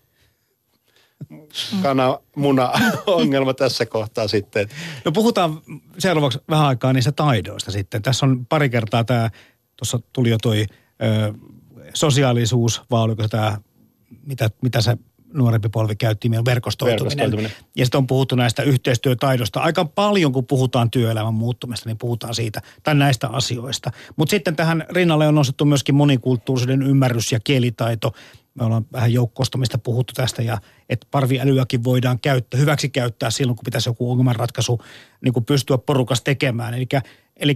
kana-muna-ongelma tässä kohtaa sitten. No puhutaan seuraavaksi vähän aikaa niistä taidoista sitten. Tässä on pari kertaa tämä, tuossa tuli jo toi ö, sosiaalisuus, vai oliko se tämä Mitä, mitä se nuorempi polvi käytti, verkostoituminen. verkostoituminen. Ja sitten on puhuttu näistä yhteistyötaidosta. Aika paljon, kun puhutaan työelämän muuttumista, niin puhutaan siitä, tai näistä asioista. Mutta sitten tähän rinnalle on nostettu myöskin monikulttuurisuuden ymmärrys ja kielitaito. Me ollaan vähän joukkoistamista puhuttu tästä, ja että parviälyäkin voidaan käyttää, hyväksi käyttää silloin, kun pitäisi joku ongelmanratkaisu niin kuin pystyä porukas tekemään. Eli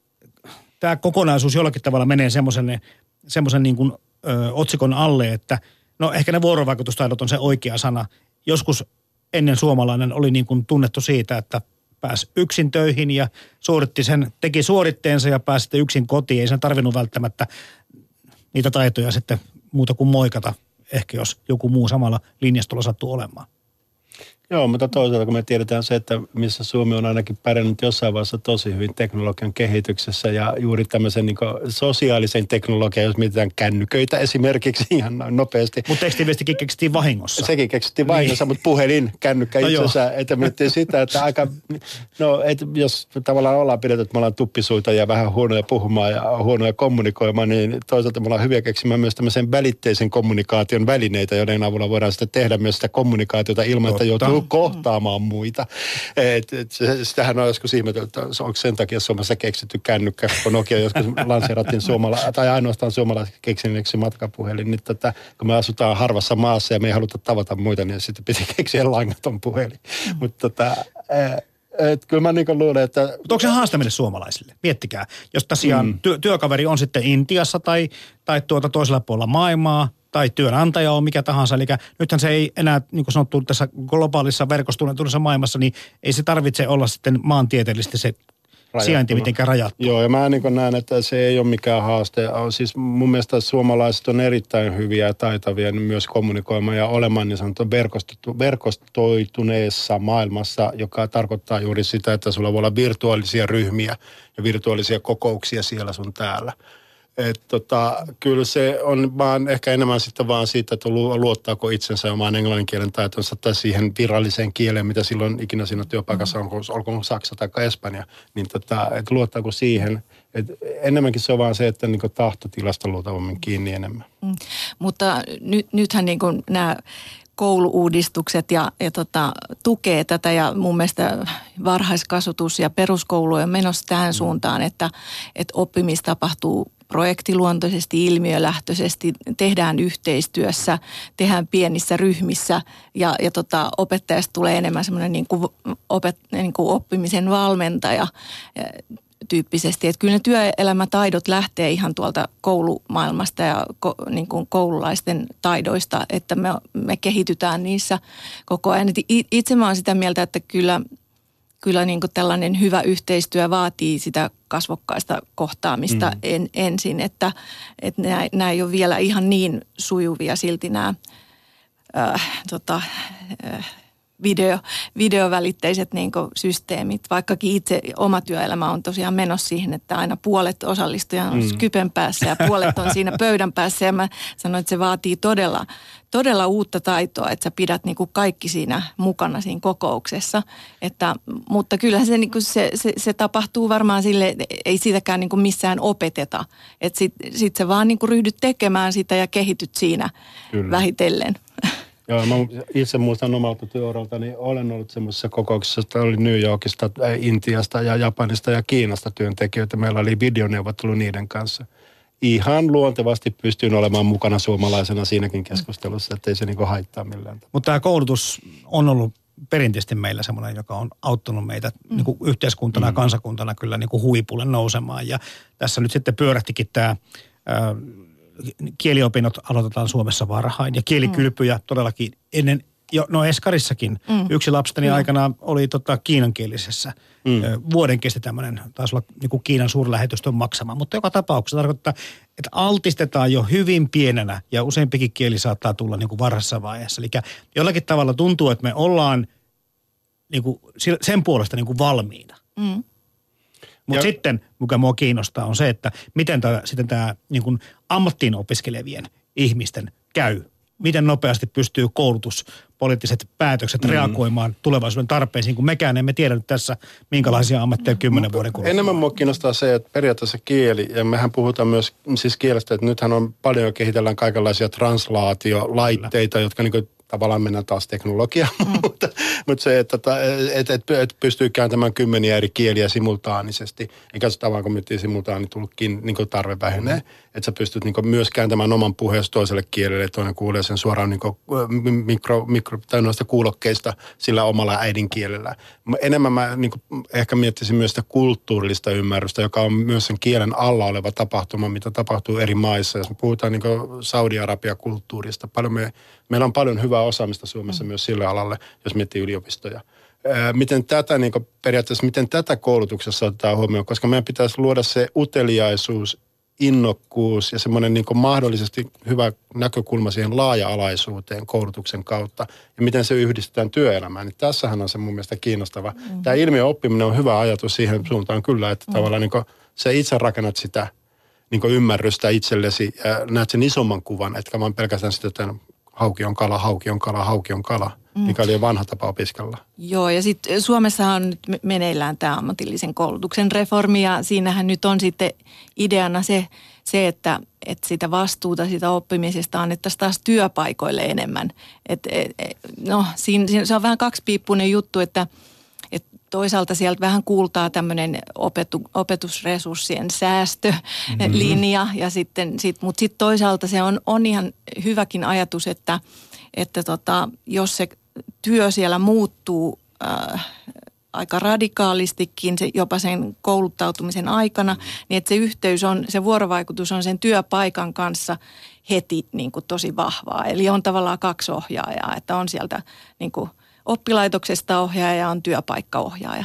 tämä kokonaisuus jollakin tavalla menee semmoisen niin kuin ö, otsikon alle, että no ehkä ne vuorovaikutustaidot on se oikea sana. Joskus ennen suomalainen oli niin kuin tunnettu siitä, että pääsi yksin töihin ja suoritti sen, teki suoritteensa ja pääsi sitten yksin kotiin. Ei sen tarvinnut välttämättä niitä taitoja sitten muuta kuin moikata, ehkä jos joku muu samalla linjastolla sattuu olemaan. Joo, mutta toisaalta kun me tiedetään se, että missä Suomi on ainakin pärjännyt jossain vaiheessa tosi hyvin teknologian kehityksessä ja juuri tämmöisen niin kuin sosiaalisen teknologian, jos mietitään kännyköitä esimerkiksi ihan nopeasti. Mutta tekstiviestikin keksittiin vahingossa. Sekin keksittiin vahingossa, niin. Mutta puhelin, kännykkä no itsensä, että miettii sitä, että aika, no et, jos tavallaan ollaan pidetty, että me ollaan tuppisuita ja vähän huonoja puhumaan ja huonoja kommunikoimaan, niin toisaalta me ollaan hyviä keksimään myös tämmöisen välitteisen kommunikaation välineitä, joiden avulla voidaan sitten tehdä myös sitä kommunikaatiota ilman, että joutuu kohtaamaan muita. Et, et, sitähän on joskus ihmetelty, että onko sen takia Suomessa keksitty kännykkä, kun Nokia joskus lanseerattiin suomala, tai ainoastaan suomalaiset keksinniksi matkapuhelin. Niin tätä, kun me asutaan harvassa maassa ja me ei haluta tavata muita, niin sitten piti keksiä langaton puhelin. Mm. Mutta tota, et, kyllä mä niin luulen, että... Mutta onko se haastaminen suomalaisille? Miettikää. Jos tosiaan mm. työ, työkaveri on sitten Intiassa tai, tai tuota toisella puolella maailmaa, tai työnantaja on mikä tahansa. Eli nythän se ei enää, niin kuin sanottu, tässä globaalissa verkostuneessa maailmassa, niin ei se tarvitse olla sitten maantieteellisesti se sijainti mitenkään rajattu. Joo, ja mä niin näen, että se ei ole mikään haaste. Siis mun mielestä suomalaiset on erittäin hyviä ja taitavia myös kommunikoimaan ja olemaan niin sanottu verkostoituneessa maailmassa, joka tarkoittaa juuri sitä, että sulla voi olla virtuaalisia ryhmiä ja virtuaalisia kokouksia siellä sun täällä. Että tota, kyllä se on vaan ehkä enemmän sitten vaan siitä, että luottaako itsensä omaan englannin kielen taitonsa tai siihen viralliseen kieleen, mitä silloin ikinä siinä työpaikassa on, olkoon Saksa tai Espanja, niin tota, että luottaako siihen. Et enemmänkin se on vaan se, että niinku tahtotilasta luultavammin kiinni enemmän. Mm. Mutta nyt, nythän niinku nämä koulu-uudistukset ja, ja tota, tukee tätä ja mun mielestä varhaiskasvatus ja peruskoulu on menossa tähän mm. suuntaan, että, että oppimista tapahtuu projektiluontoisesti, ilmiölähtöisesti, tehdään yhteistyössä, tehdään pienissä ryhmissä ja, ja tota, opettajasta tulee enemmän semmoinen niin kuin opet, niin kuin oppimisen valmentaja tyyppisesti. Että kyllä ne työelämätaidot lähtee ihan tuolta koulumaailmasta ja ko, niin kuin koululaisten taidoista, että me, me kehitytään niissä koko ajan. Itse mä oon sitä mieltä, että kyllä Kyllä niin kuin tällainen hyvä yhteistyö vaatii sitä kasvokkaista kohtaamista mm. en, ensin, että, että nämä, nämä ei ole vielä ihan niin sujuvia silti nämä äh, tota, äh, video, videovälitteiset niin kuin systeemit. Vaikkakin itse oma työelämä on tosiaan menossa siihen, että aina puolet osallistujia on mm. Skypen päässä ja puolet on siinä pöydän päässä. Ja mä sanoin, että se vaatii todella, todella uutta taitoa, että sä pidät niin kuin kaikki siinä mukana siinä kokouksessa. Että, mutta kyllähän se, niin kuin se, se, se tapahtuu varmaan sille, ei sitäkään niin kuin missään opeteta. Että sit, sit sä vaan niin kuin ryhdyt tekemään sitä ja kehityt siinä Kyllä. vähitellen. Joo, mä itse muistan omalta työuralta, niin olen ollut semmoisessa kokouksessa, että oli New Yorkista, Intiasta ja Japanista ja Kiinasta työntekijöitä. Meillä oli videoneuvottelu niiden kanssa. Ihan luontevasti pystyin olemaan mukana suomalaisena siinäkin keskustelussa, ettei se niinku haittaa millään. Mutta tämä koulutus on ollut perinteisesti meillä semmoinen, joka on auttanut meitä mm. niin kuin yhteiskuntana ja kansakuntana kyllä niin kuin huipulle nousemaan. Ja tässä nyt sitten pyörähtikin tämä Äh, kieliopinnot aloitetaan Suomessa varhain ja kielikylpyjä todellakin ennen, jo, no Eskarissakin. Mm. Yksi lapseni mm. aikana oli tota kiinankielisessä. Mm. Vuoden kesti tämmöinen, taisi olla niin kuin Kiinan suurlähetystön maksama, mutta joka tapauksessa tarkoittaa, että altistetaan jo hyvin pienenä ja useampikin kieli saattaa tulla niin kuin varhaisessa vaiheessa. Eli jollakin tavalla tuntuu, että me ollaan niin kuin sen puolesta niin kuin valmiina. Mm. Mutta sitten, mikä mua kiinnostaa, on se, että miten tämä, sitten tämä niin kuin ammattiin opiskelevien ihmisten käy. Miten nopeasti pystyy koulutuspoliittiset päätökset mm. reagoimaan tulevaisuuden tarpeisiin, kun mekään emme tiedä nyt tässä, minkälaisia ammatteja kymmenen vuoden kuluttua. Enemmän mua kiinnostaa se, että periaatteessa kieli, ja mehän puhutaan myös siis kielestä, että nythän on paljon kehitellään kaikenlaisia translaatiolaitteita, Kyllä. jotka niin kuin tavallaan mennään taas teknologiaan, mm. mutta, mutta se, että et, et, et pystyy kääntämään kymmeniä eri kieliä simultaanisesti, eikä se tavallaan kun miettii simultaani tullutkin niin tarve vähenee, mm. että sä pystyt niin myös kääntämään oman puheessa toiselle kielelle, että toinen kuulee sen suoraan niin mikro, mikro, tai noista kuulokkeista sillä omalla äidinkielellä. Enemmän mä niin ehkä miettisin myös sitä kulttuurillista ymmärrystä, joka on myös sen kielen alla oleva tapahtuma, mitä tapahtuu eri maissa. Jos me puhutaan niin Saudi-Arabia-kulttuurista, paljon me, meillä on paljon hyvää osaamista Suomessa mm. myös sille alalle, jos miettii yliopistoja. Miten tätä niin periaatteessa, miten tätä koulutuksessa otetaan huomioon, koska meidän pitäisi luoda se uteliaisuus, innokkuus ja semmoinen niin mahdollisesti hyvä näkökulma siihen laaja-alaisuuteen koulutuksen kautta ja miten se yhdistetään työelämään. Niin tässähän on se mun mielestä kiinnostava. Mm. Tämä ilmiön oppiminen on hyvä ajatus siihen suuntaan kyllä, että mm. tavallaan niin sä itse rakennat sitä niin ymmärrystä itsellesi ja näet sen isomman kuvan, etkä vaan pelkästään sitä, että hauki on kala, hauki on kala, hauki on kala, mm. mikä oli vanha tapa opiskella. Joo, ja sitten Suomessa on nyt meneillään tämä ammatillisen koulutuksen reformi, ja siinähän nyt on sitten ideana se, se että, että sitä vastuuta siitä oppimisesta annettaisiin taas työpaikoille enemmän. Et, et, no, siinä, siinä, se on vähän kaksipiippunen juttu, että toisaalta sieltä vähän kuultaa tämmöinen opetu, opetusresurssien säästölinja, mm-hmm. ja sitten, sit, mutta sitten toisaalta se on, on ihan hyväkin ajatus, että, että tota, jos se työ siellä muuttuu äh, aika radikaalistikin, se, jopa sen kouluttautumisen aikana, niin että se yhteys on, se vuorovaikutus on sen työpaikan kanssa heti niin kuin tosi vahvaa. Eli on tavallaan kaksi ohjaajaa, että on sieltä niin kuin oppilaitoksesta ohjaaja ja on työpaikkaohjaaja.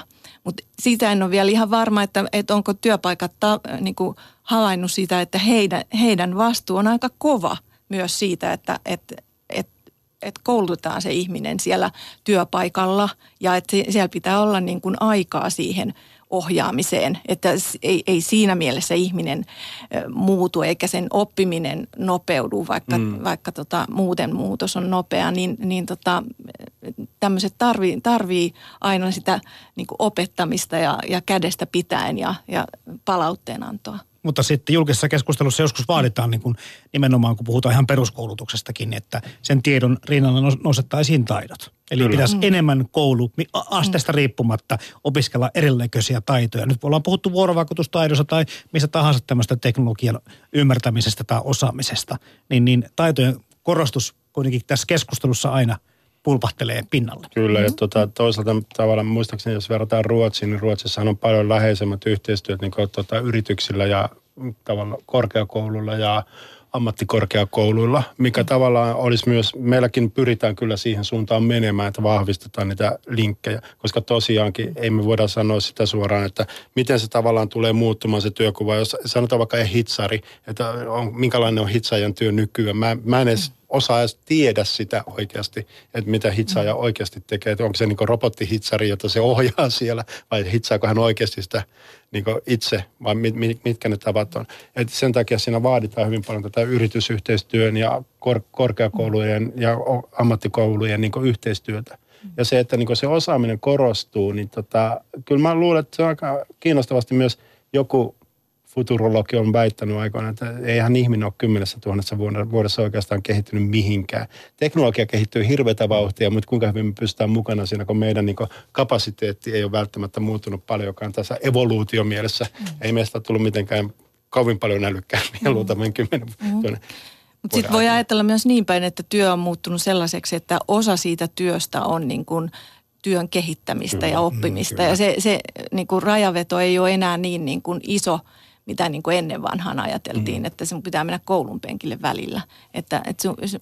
Mutta siitä en ole vielä ihan varma, että, että onko työpaikat ta, niin kuin havainnut sitä, että heidän, heidän vastuu on aika kova myös siitä, että, että, että, että koulutetaan se ihminen siellä työpaikalla ja että siellä pitää olla niin kuin aikaa siihen ohjaamiseen, että ei, ei siinä mielessä ihminen muutu eikä sen oppiminen nopeudu, vaikka, mm. vaikka tota, muuten muutos on nopea, niin, niin tota, tämmöiset tarvii, tarvii aina sitä niin kuin opettamista ja, ja kädestä pitäen ja, ja palautteenantoa. Mutta sitten julkisessa keskustelussa joskus vaaditaan niin kuin nimenomaan, kun puhutaan ihan peruskoulutuksestakin, että sen tiedon rinnalla nostettaisiin taidot. Eli Kyllä. pitäisi mm. enemmän koulu, asteesta riippumatta, opiskella erinäköisiä taitoja. Nyt ollaan puhuttu vuorovaikutustaidosta tai mistä tahansa tämmöistä teknologian ymmärtämisestä tai osaamisesta. Niin, niin taitojen korostus kuitenkin tässä keskustelussa aina pulpahtelee pinnalle. Kyllä, ja tuota, toisaalta tavallaan muistaakseni, jos verrataan Ruotsiin, niin Ruotsissahan on paljon läheisemmät yhteistyöt niin kuin, tuota, yrityksillä ja tavallaan korkeakouluilla ja ammattikorkeakouluilla, mikä tavallaan olisi myös, meilläkin pyritään kyllä siihen suuntaan menemään, että vahvistetaan niitä linkkejä, koska tosiaankin ei me voida sanoa sitä suoraan, että miten se tavallaan tulee muuttumaan se työkuva, jos sanotaan vaikka hitsari, että on, minkälainen on hitsaajan työ nykyään, mä, mä en edes osaa edes tiedä sitä oikeasti, että mitä hitsaaja oikeasti tekee, että onko se niin kuin robottihitsari, jota se ohjaa siellä, vai hitsaako hän oikeasti sitä niin kuin itse, vai mit, mitkä ne tavat on. Et sen takia siinä vaaditaan hyvin paljon tätä yritysyhteistyön ja kor, korkeakoulujen ja ammattikoulujen niin kuin yhteistyötä. Ja se, että niin kuin se osaaminen korostuu, niin tota, kyllä mä luulen, että se on aika kiinnostavasti myös joku futurologi on väittänyt aikoina, että eihän ihminen ole kymmenessä tuhannessa vuodessa oikeastaan kehittynyt mihinkään. Teknologia kehittyy hirveätä vauhtia, mutta kuinka hyvin me pystytään mukana siinä, kun meidän niin kuin kapasiteetti ei ole välttämättä muuttunut paljonkaan tässä evoluutiomielessä. Mm. Ei meistä ole tullut mitenkään kovin paljon älykkäämpiä mm. luultavasti kymmenen mm. Mutta sitten voi ajatella myös niin päin, että työ on muuttunut sellaiseksi, että osa siitä työstä on niin kuin työn kehittämistä kyllä, ja oppimista. Mm, ja se, se niin kuin rajaveto ei ole enää niin, niin kuin iso, mitä niin kuin ennen vanhaan ajateltiin, mm. että sun pitää mennä koulun penkille välillä. Että, että se,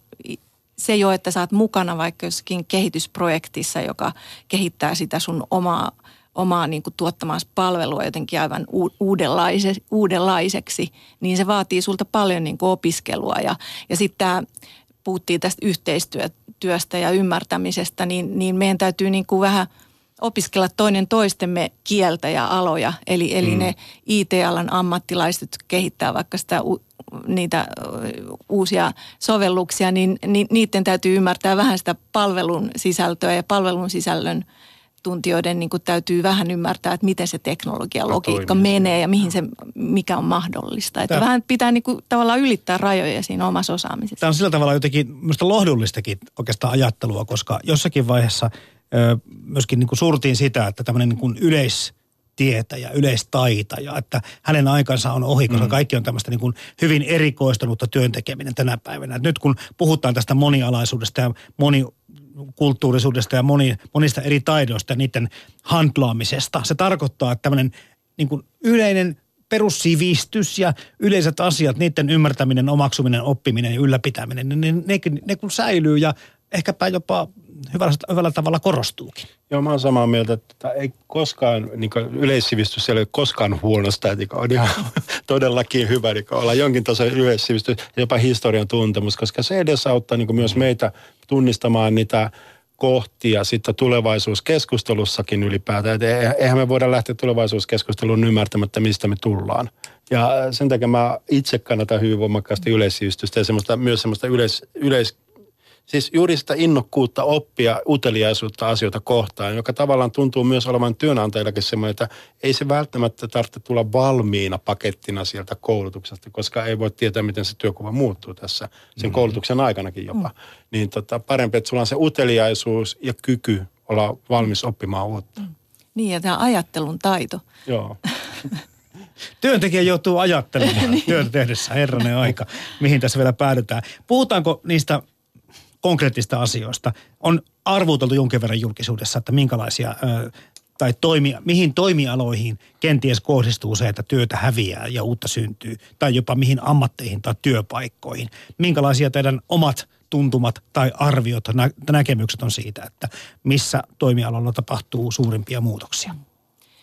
se jo, että sä oot mukana vaikka jossakin kehitysprojektissa, joka kehittää sitä sun omaa, omaa niin kuin tuottamaasi palvelua jotenkin aivan uudenlaise, uudenlaiseksi, niin se vaatii sulta paljon niin kuin opiskelua. Ja, ja sitten tämä, puhuttiin tästä yhteistyöstä ja ymmärtämisestä, niin, niin meidän täytyy niin kuin vähän opiskella toinen toistemme kieltä ja aloja. Eli, eli mm. ne I T-alan ammattilaiset kehittää vaikka sitä niitä uusia sovelluksia, niin ni, niiden täytyy ymmärtää vähän sitä palvelun sisältöä ja palvelun sisällön tuntijoiden niin kuin täytyy vähän ymmärtää, että miten se teknologia, logiikka menee ja mihin se, mikä on mahdollista. Että Tämä, vähän pitää niin kuin tavallaan ylittää rajoja siinä omassa osaamisessa. Tämä on sillä tavalla jotenkin minusta lohdullistakin oikeastaan ajattelua, koska jossakin vaiheessa ö, myöskin niin kuin surtiin sitä, että tämmöinen niin kuin yleistietäjä, yleistaitaja, että hänen aikansa on ohi, koska mm. kaikki on tämmöistä niin kuin hyvin erikoistunutta työntekeminen tänä päivänä. Et nyt kun puhutaan tästä monialaisuudesta ja moni kulttuurisuudesta ja moni, monista eri taidoista ja niiden handlaamisesta. Se tarkoittaa, että tämmöinen niin kuin yleinen perussivistys ja yleiset asiat, niiden ymmärtäminen, omaksuminen, oppiminen ja ylläpitäminen, ne, ne, ne, ne kun säilyy ja ehkäpä jopa hyvällä, hyvällä tavalla korostuukin. Joo, mä oon samaa mieltä, että ei koskaan, niin yleissivistys ei ole koskaan huonosta, että on ihan todellakin hyvä, niin olla jonkin tason yleissivistys ja jopa historian tuntemus, koska se edesauttaa niin myös meitä tunnistamaan niitä kohtia sitten tulevaisuuskeskustelussakin ylipäätään. Et eihän me voida lähteä tulevaisuuskeskusteluun ymmärtämättä, mistä me tullaan. Ja sen takia mä itse kannatan hyvin voimakkaasti yleissivistystä ja semmoista, myös semmoista yleis, yleis Siis juuri sitä innokkuutta oppia uteliaisuutta asioita kohtaan, joka tavallaan tuntuu myös olevan työnantajillakin semmoinen, että ei se välttämättä tarvitse tulla valmiina pakettina sieltä koulutuksesta, koska ei voi tietää, miten se työkuva muuttuu tässä sen koulutuksen aikanakin jopa. Mm. Niin tota, parempi, että sulla on se uteliaisuus ja kyky olla valmis oppimaan uutta. Mm. Niin, ja tämä ajattelun taito. Joo. Työntekijä joutuu ajattelemaan työtä tehdessä, herranen aika, mihin tässä vielä päädytään. Puhutaanko niistä konkreettista asioista? On arvuuteltu jonkin verran julkisuudessa, että minkälaisia ö, tai toimi, mihin toimialoihin kenties kohdistuu se, että työtä häviää ja uutta syntyy, tai jopa mihin ammatteihin tai työpaikkoihin. Minkälaisia teidän omat tuntumat tai arviot, nä- näkemykset on siitä, että missä toimialalla tapahtuu suurimpia muutoksia?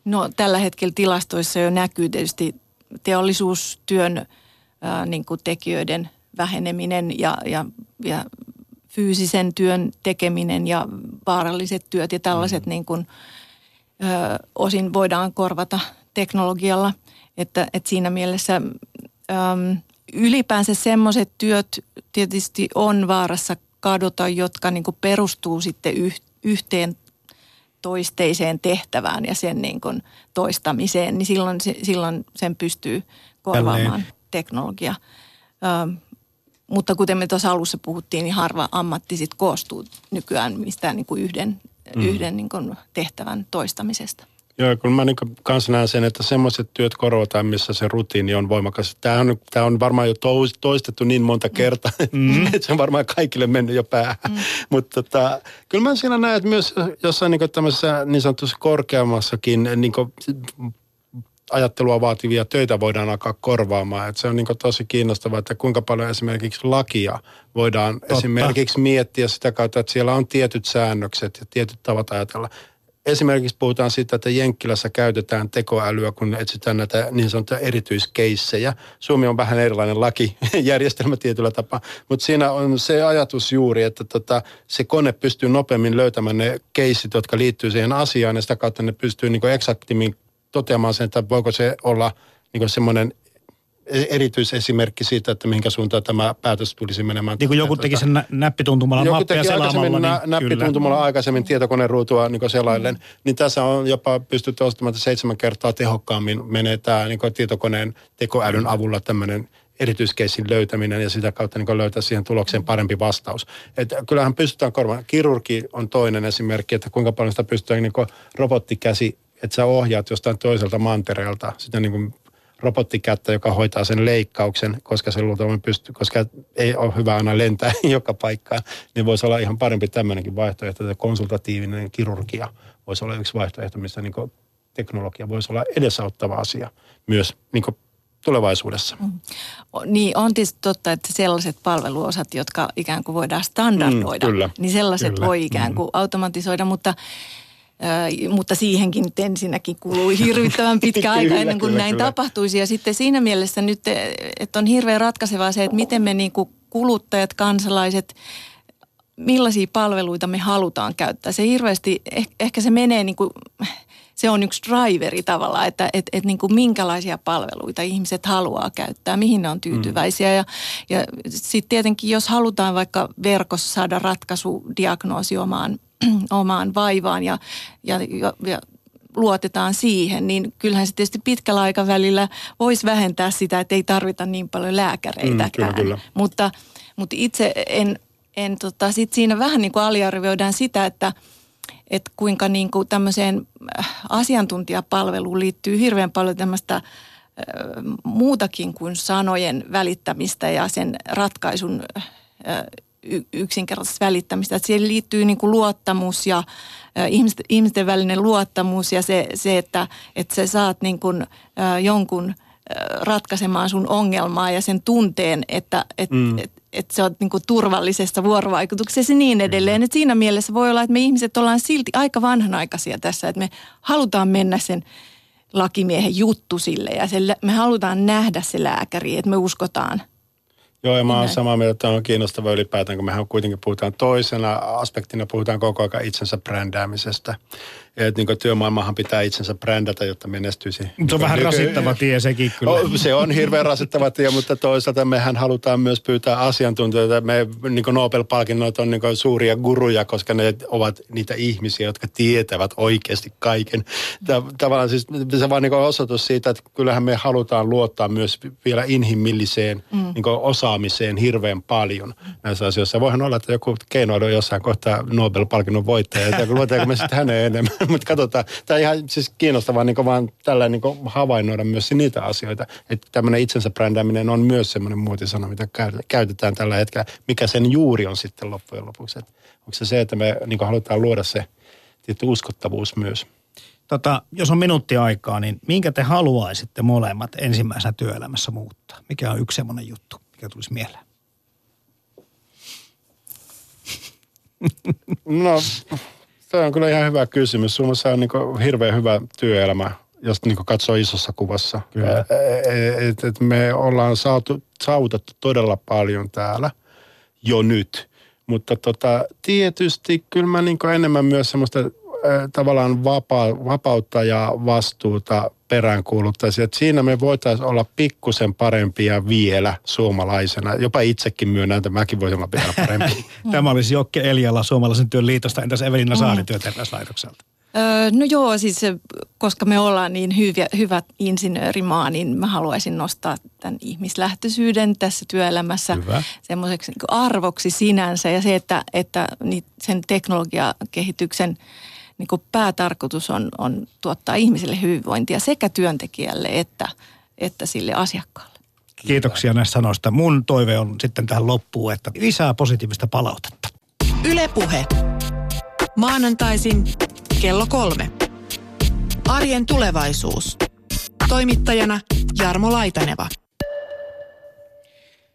No tällä hetkellä tilastoissa jo näkyy tietysti teollisuustyön ää, niin kuin tekijöiden väheneminen ja, ja, ja fyysisen työn tekeminen ja vaaralliset työt ja tällaiset mm. niin kuin, ö, osin voidaan korvata teknologialla. Että, että siinä mielessä äm, ylipäänsä semmoiset työt tietysti on vaarassa kadota, jotka niin kuin perustuu sitten yh, yhteen toisteiseen tehtävään ja sen niin kuin toistamiseen, niin silloin, silloin sen pystyy korvaamaan Tälleen. teknologia. Ö, mutta kuten me tuossa alussa puhuttiin, niin harva ammatti sit koostuu nykyään mistään niin kuin yhden, mm. yhden niin kuin tehtävän toistamisesta. Joo, kun mä niin kanssa näen sen, että semmoiset työt korvataan, missä se rutiini on voimakas. Tämä on, tämä on varmaan jo toistettu niin monta kertaa, mm. että se on varmaan kaikille mennyt jo päähän. Mm. Mutta tota, kyllä mä siinä näen, että myös jossain niin tämmöisessä niin sanotussa korkeammassakin niin ajattelua vaativia töitä voidaan alkaa korvaamaan. Että se on niin tosi kiinnostavaa, että kuinka paljon esimerkiksi lakia voidaan Totta. esimerkiksi miettiä sitä kautta, että siellä on tietyt säännökset ja tietyt tavat ajatella. Esimerkiksi puhutaan siitä, että Jenkkilässä käytetään tekoälyä, kun etsitään näitä niin sanottuja erityiskeissejä. Suomi on vähän erilainen lakijärjestelmä tietyllä tapaa, mutta siinä on se ajatus juuri, että tota, se kone pystyy nopeammin löytämään ne keissit, jotka liittyy siihen asiaan, ja sitä kautta ne pystyy niin kuin eksaktimmin toteamaan sen, että voiko se olla niin kuin semmoinen erityisesimerkki siitä, että mihinkä suuntaan tämä päätös tulisi menemään. Niin kuin joku teki sen nä- näppituntumalla mappia selaamalla. Nä- niin näppituntumalla kyllä. aikaisemmin tietokoneen ruutua niin selaillen. Mm. Niin tässä on jopa pystytty ostamaan, että seitsemän kertaa tehokkaammin menee tämä niin tietokoneen tekoälyn avulla tämmöinen erityiskeissin löytäminen ja sitä kautta niin löytää siihen tulokseen parempi vastaus. Et kyllähän pystytään korvaamaan. Kirurgi on toinen esimerkki, että kuinka paljon sitä pystytään niin robottikäsi, että sä ohjaat jostain toiselta mantereelta sitä niin kuin robottikättä, joka hoitaa sen leikkauksen, koska se luultavasti pystyy, koska ei ole hyvä aina lentää joka paikkaan, niin voisi olla ihan parempi tämmöinenkin vaihtoehto, että konsultatiivinen kirurgia voisi olla yksi vaihtoehto, missä niin teknologia voisi olla edesauttava asia myös niin tulevaisuudessa. Mm. Niin, on tietysti totta, että sellaiset palveluosat, jotka ikään kuin voidaan standardoida, mm, kyllä, niin sellaiset kyllä. voi ikään kuin mm. automatisoida, mutta Äh, mutta siihenkin nyt ensinnäkin kului hirvittävän pitkä aika kyllä, ennen kuin kyllä, näin kyllä. tapahtuisi. Ja sitten siinä mielessä nyt, että on hirveän ratkaisevaa se, että miten me niin kuin kuluttajat, kansalaiset, millaisia palveluita me halutaan käyttää. Se hirveästi, eh, ehkä se menee niin kuin, se on yksi driveri tavallaan, että et, et niin kuin minkälaisia palveluita ihmiset haluaa käyttää, mihin ne on tyytyväisiä. Mm. Ja, ja sitten tietenkin, jos halutaan vaikka verkossa saada ratkaisu diagnoosi omaan omaan vaivaan ja, ja, ja, ja luotetaan siihen, niin kyllähän se tietysti pitkällä aikavälillä voisi vähentää sitä, että ei tarvita niin paljon lääkäreitäkään. Mm, kyllä, kyllä. Mutta, mutta itse en, en tota, sit siinä vähän niin kuin aliarvioidaan sitä, että, että kuinka niin kuin tämmöiseen asiantuntijapalveluun liittyy hirveän paljon tämmöistä muutakin kuin sanojen välittämistä ja sen ratkaisun yksinkertaisesti välittämistä. Että siihen liittyy niin kuin luottamus ja ä, ihmisten, ihmisten välinen luottamus ja se, se että, että sä saat niin kuin, ä, jonkun ä, ratkaisemaan sun ongelmaa ja sen tunteen, että et, mm. et, et sä oot niin kuin turvallisessa vuorovaikutuksessa ja niin edelleen. Mm. Et siinä mielessä voi olla, että me ihmiset ollaan silti aika vanhanaikaisia tässä, että me halutaan mennä sen lakimiehen juttu sille ja se, me halutaan nähdä se lääkäri, että me uskotaan. Joo, ja mä oon samaa mieltä, että on kiinnostavaa ylipäätään, kun mehän kuitenkin puhutaan toisena aspektina, puhutaan koko ajan itsensä brändäämisestä. Ja että niin työmaailmahan pitää itsensä brändätä, jotta menestyisi. Se on vähän nyky- rasittava tie sekin kyllä. Oh, se on hirveän rasittava tie, mutta toisaalta mehän halutaan myös pyytää asiantuntijoita. Me niin Nobel-palkinnot on niin suuria guruja, koska ne ovat niitä ihmisiä, jotka tietävät oikeasti kaiken. Tavallaan siis se vaan niin osoitus siitä, että kyllähän me halutaan luottaa myös vielä inhimilliseen mm. niin osaamiseen hirveän paljon näissä asioissa. Voihan olla, että joku keinoilu jossain kohtaa Nobel-palkinnon voittaja, että luotaanko me sitten häneen enemmän. Mutta katsotaan, tämä on ihan siis kiinnostavaa niin vaan tällä niin havainnoida myös niitä asioita, että tämmöinen itsensä brändääminen on myös semmoinen muotisana, mitä käytetään tällä hetkellä, mikä sen juuri on sitten loppujen lopuksi. Et onko se se, että me niin halutaan luoda se tietty uskottavuus myös? Tota, jos on minuutti aikaa, niin minkä te haluaisitte molemmat ensimmäisenä työelämässä muuttaa? Mikä on yksi semmoinen juttu, mikä tulisi mieleen? Tämä on kyllä ihan hyvä kysymys. Suomessa on niin hirveän hyvä työelämä, jos niin katsoo isossa kuvassa. Et, et me ollaan saatu, saavutettu todella paljon täällä jo nyt. Mutta tota, tietysti kyllä mä niin enemmän myös semmoista äh, tavallaan vapa, vapautta ja vastuuta peräänkuuluttaisin. Että siinä me voitaisiin olla pikkusen parempia vielä suomalaisena. Jopa itsekin myönnän, että mäkin voisin olla vielä parempi. Tämä olisi Jokke Eliala Suomalaisen työn liitosta. Entäs Evelina Saari Työterveyslaitokselta? Öö, no joo, siis koska me ollaan niin hyviä, hyvät insinöörimaa, niin mä haluaisin nostaa tämän ihmislähtöisyyden tässä työelämässä semmoiseksi niin arvoksi sinänsä. Ja se, että, että sen teknologiakehityksen niin kuin päätarkoitus on, on tuottaa ihmiselle hyvinvointia sekä työntekijälle että, että sille asiakkaalle. Kiitoksia näistä sanoista. Mun toive on sitten tähän loppuun, että lisää positiivista palautetta. Yle Puhe. Maanantaisin kello kolme. Arjen tulevaisuus. Toimittajana Jarmo Laitaneva.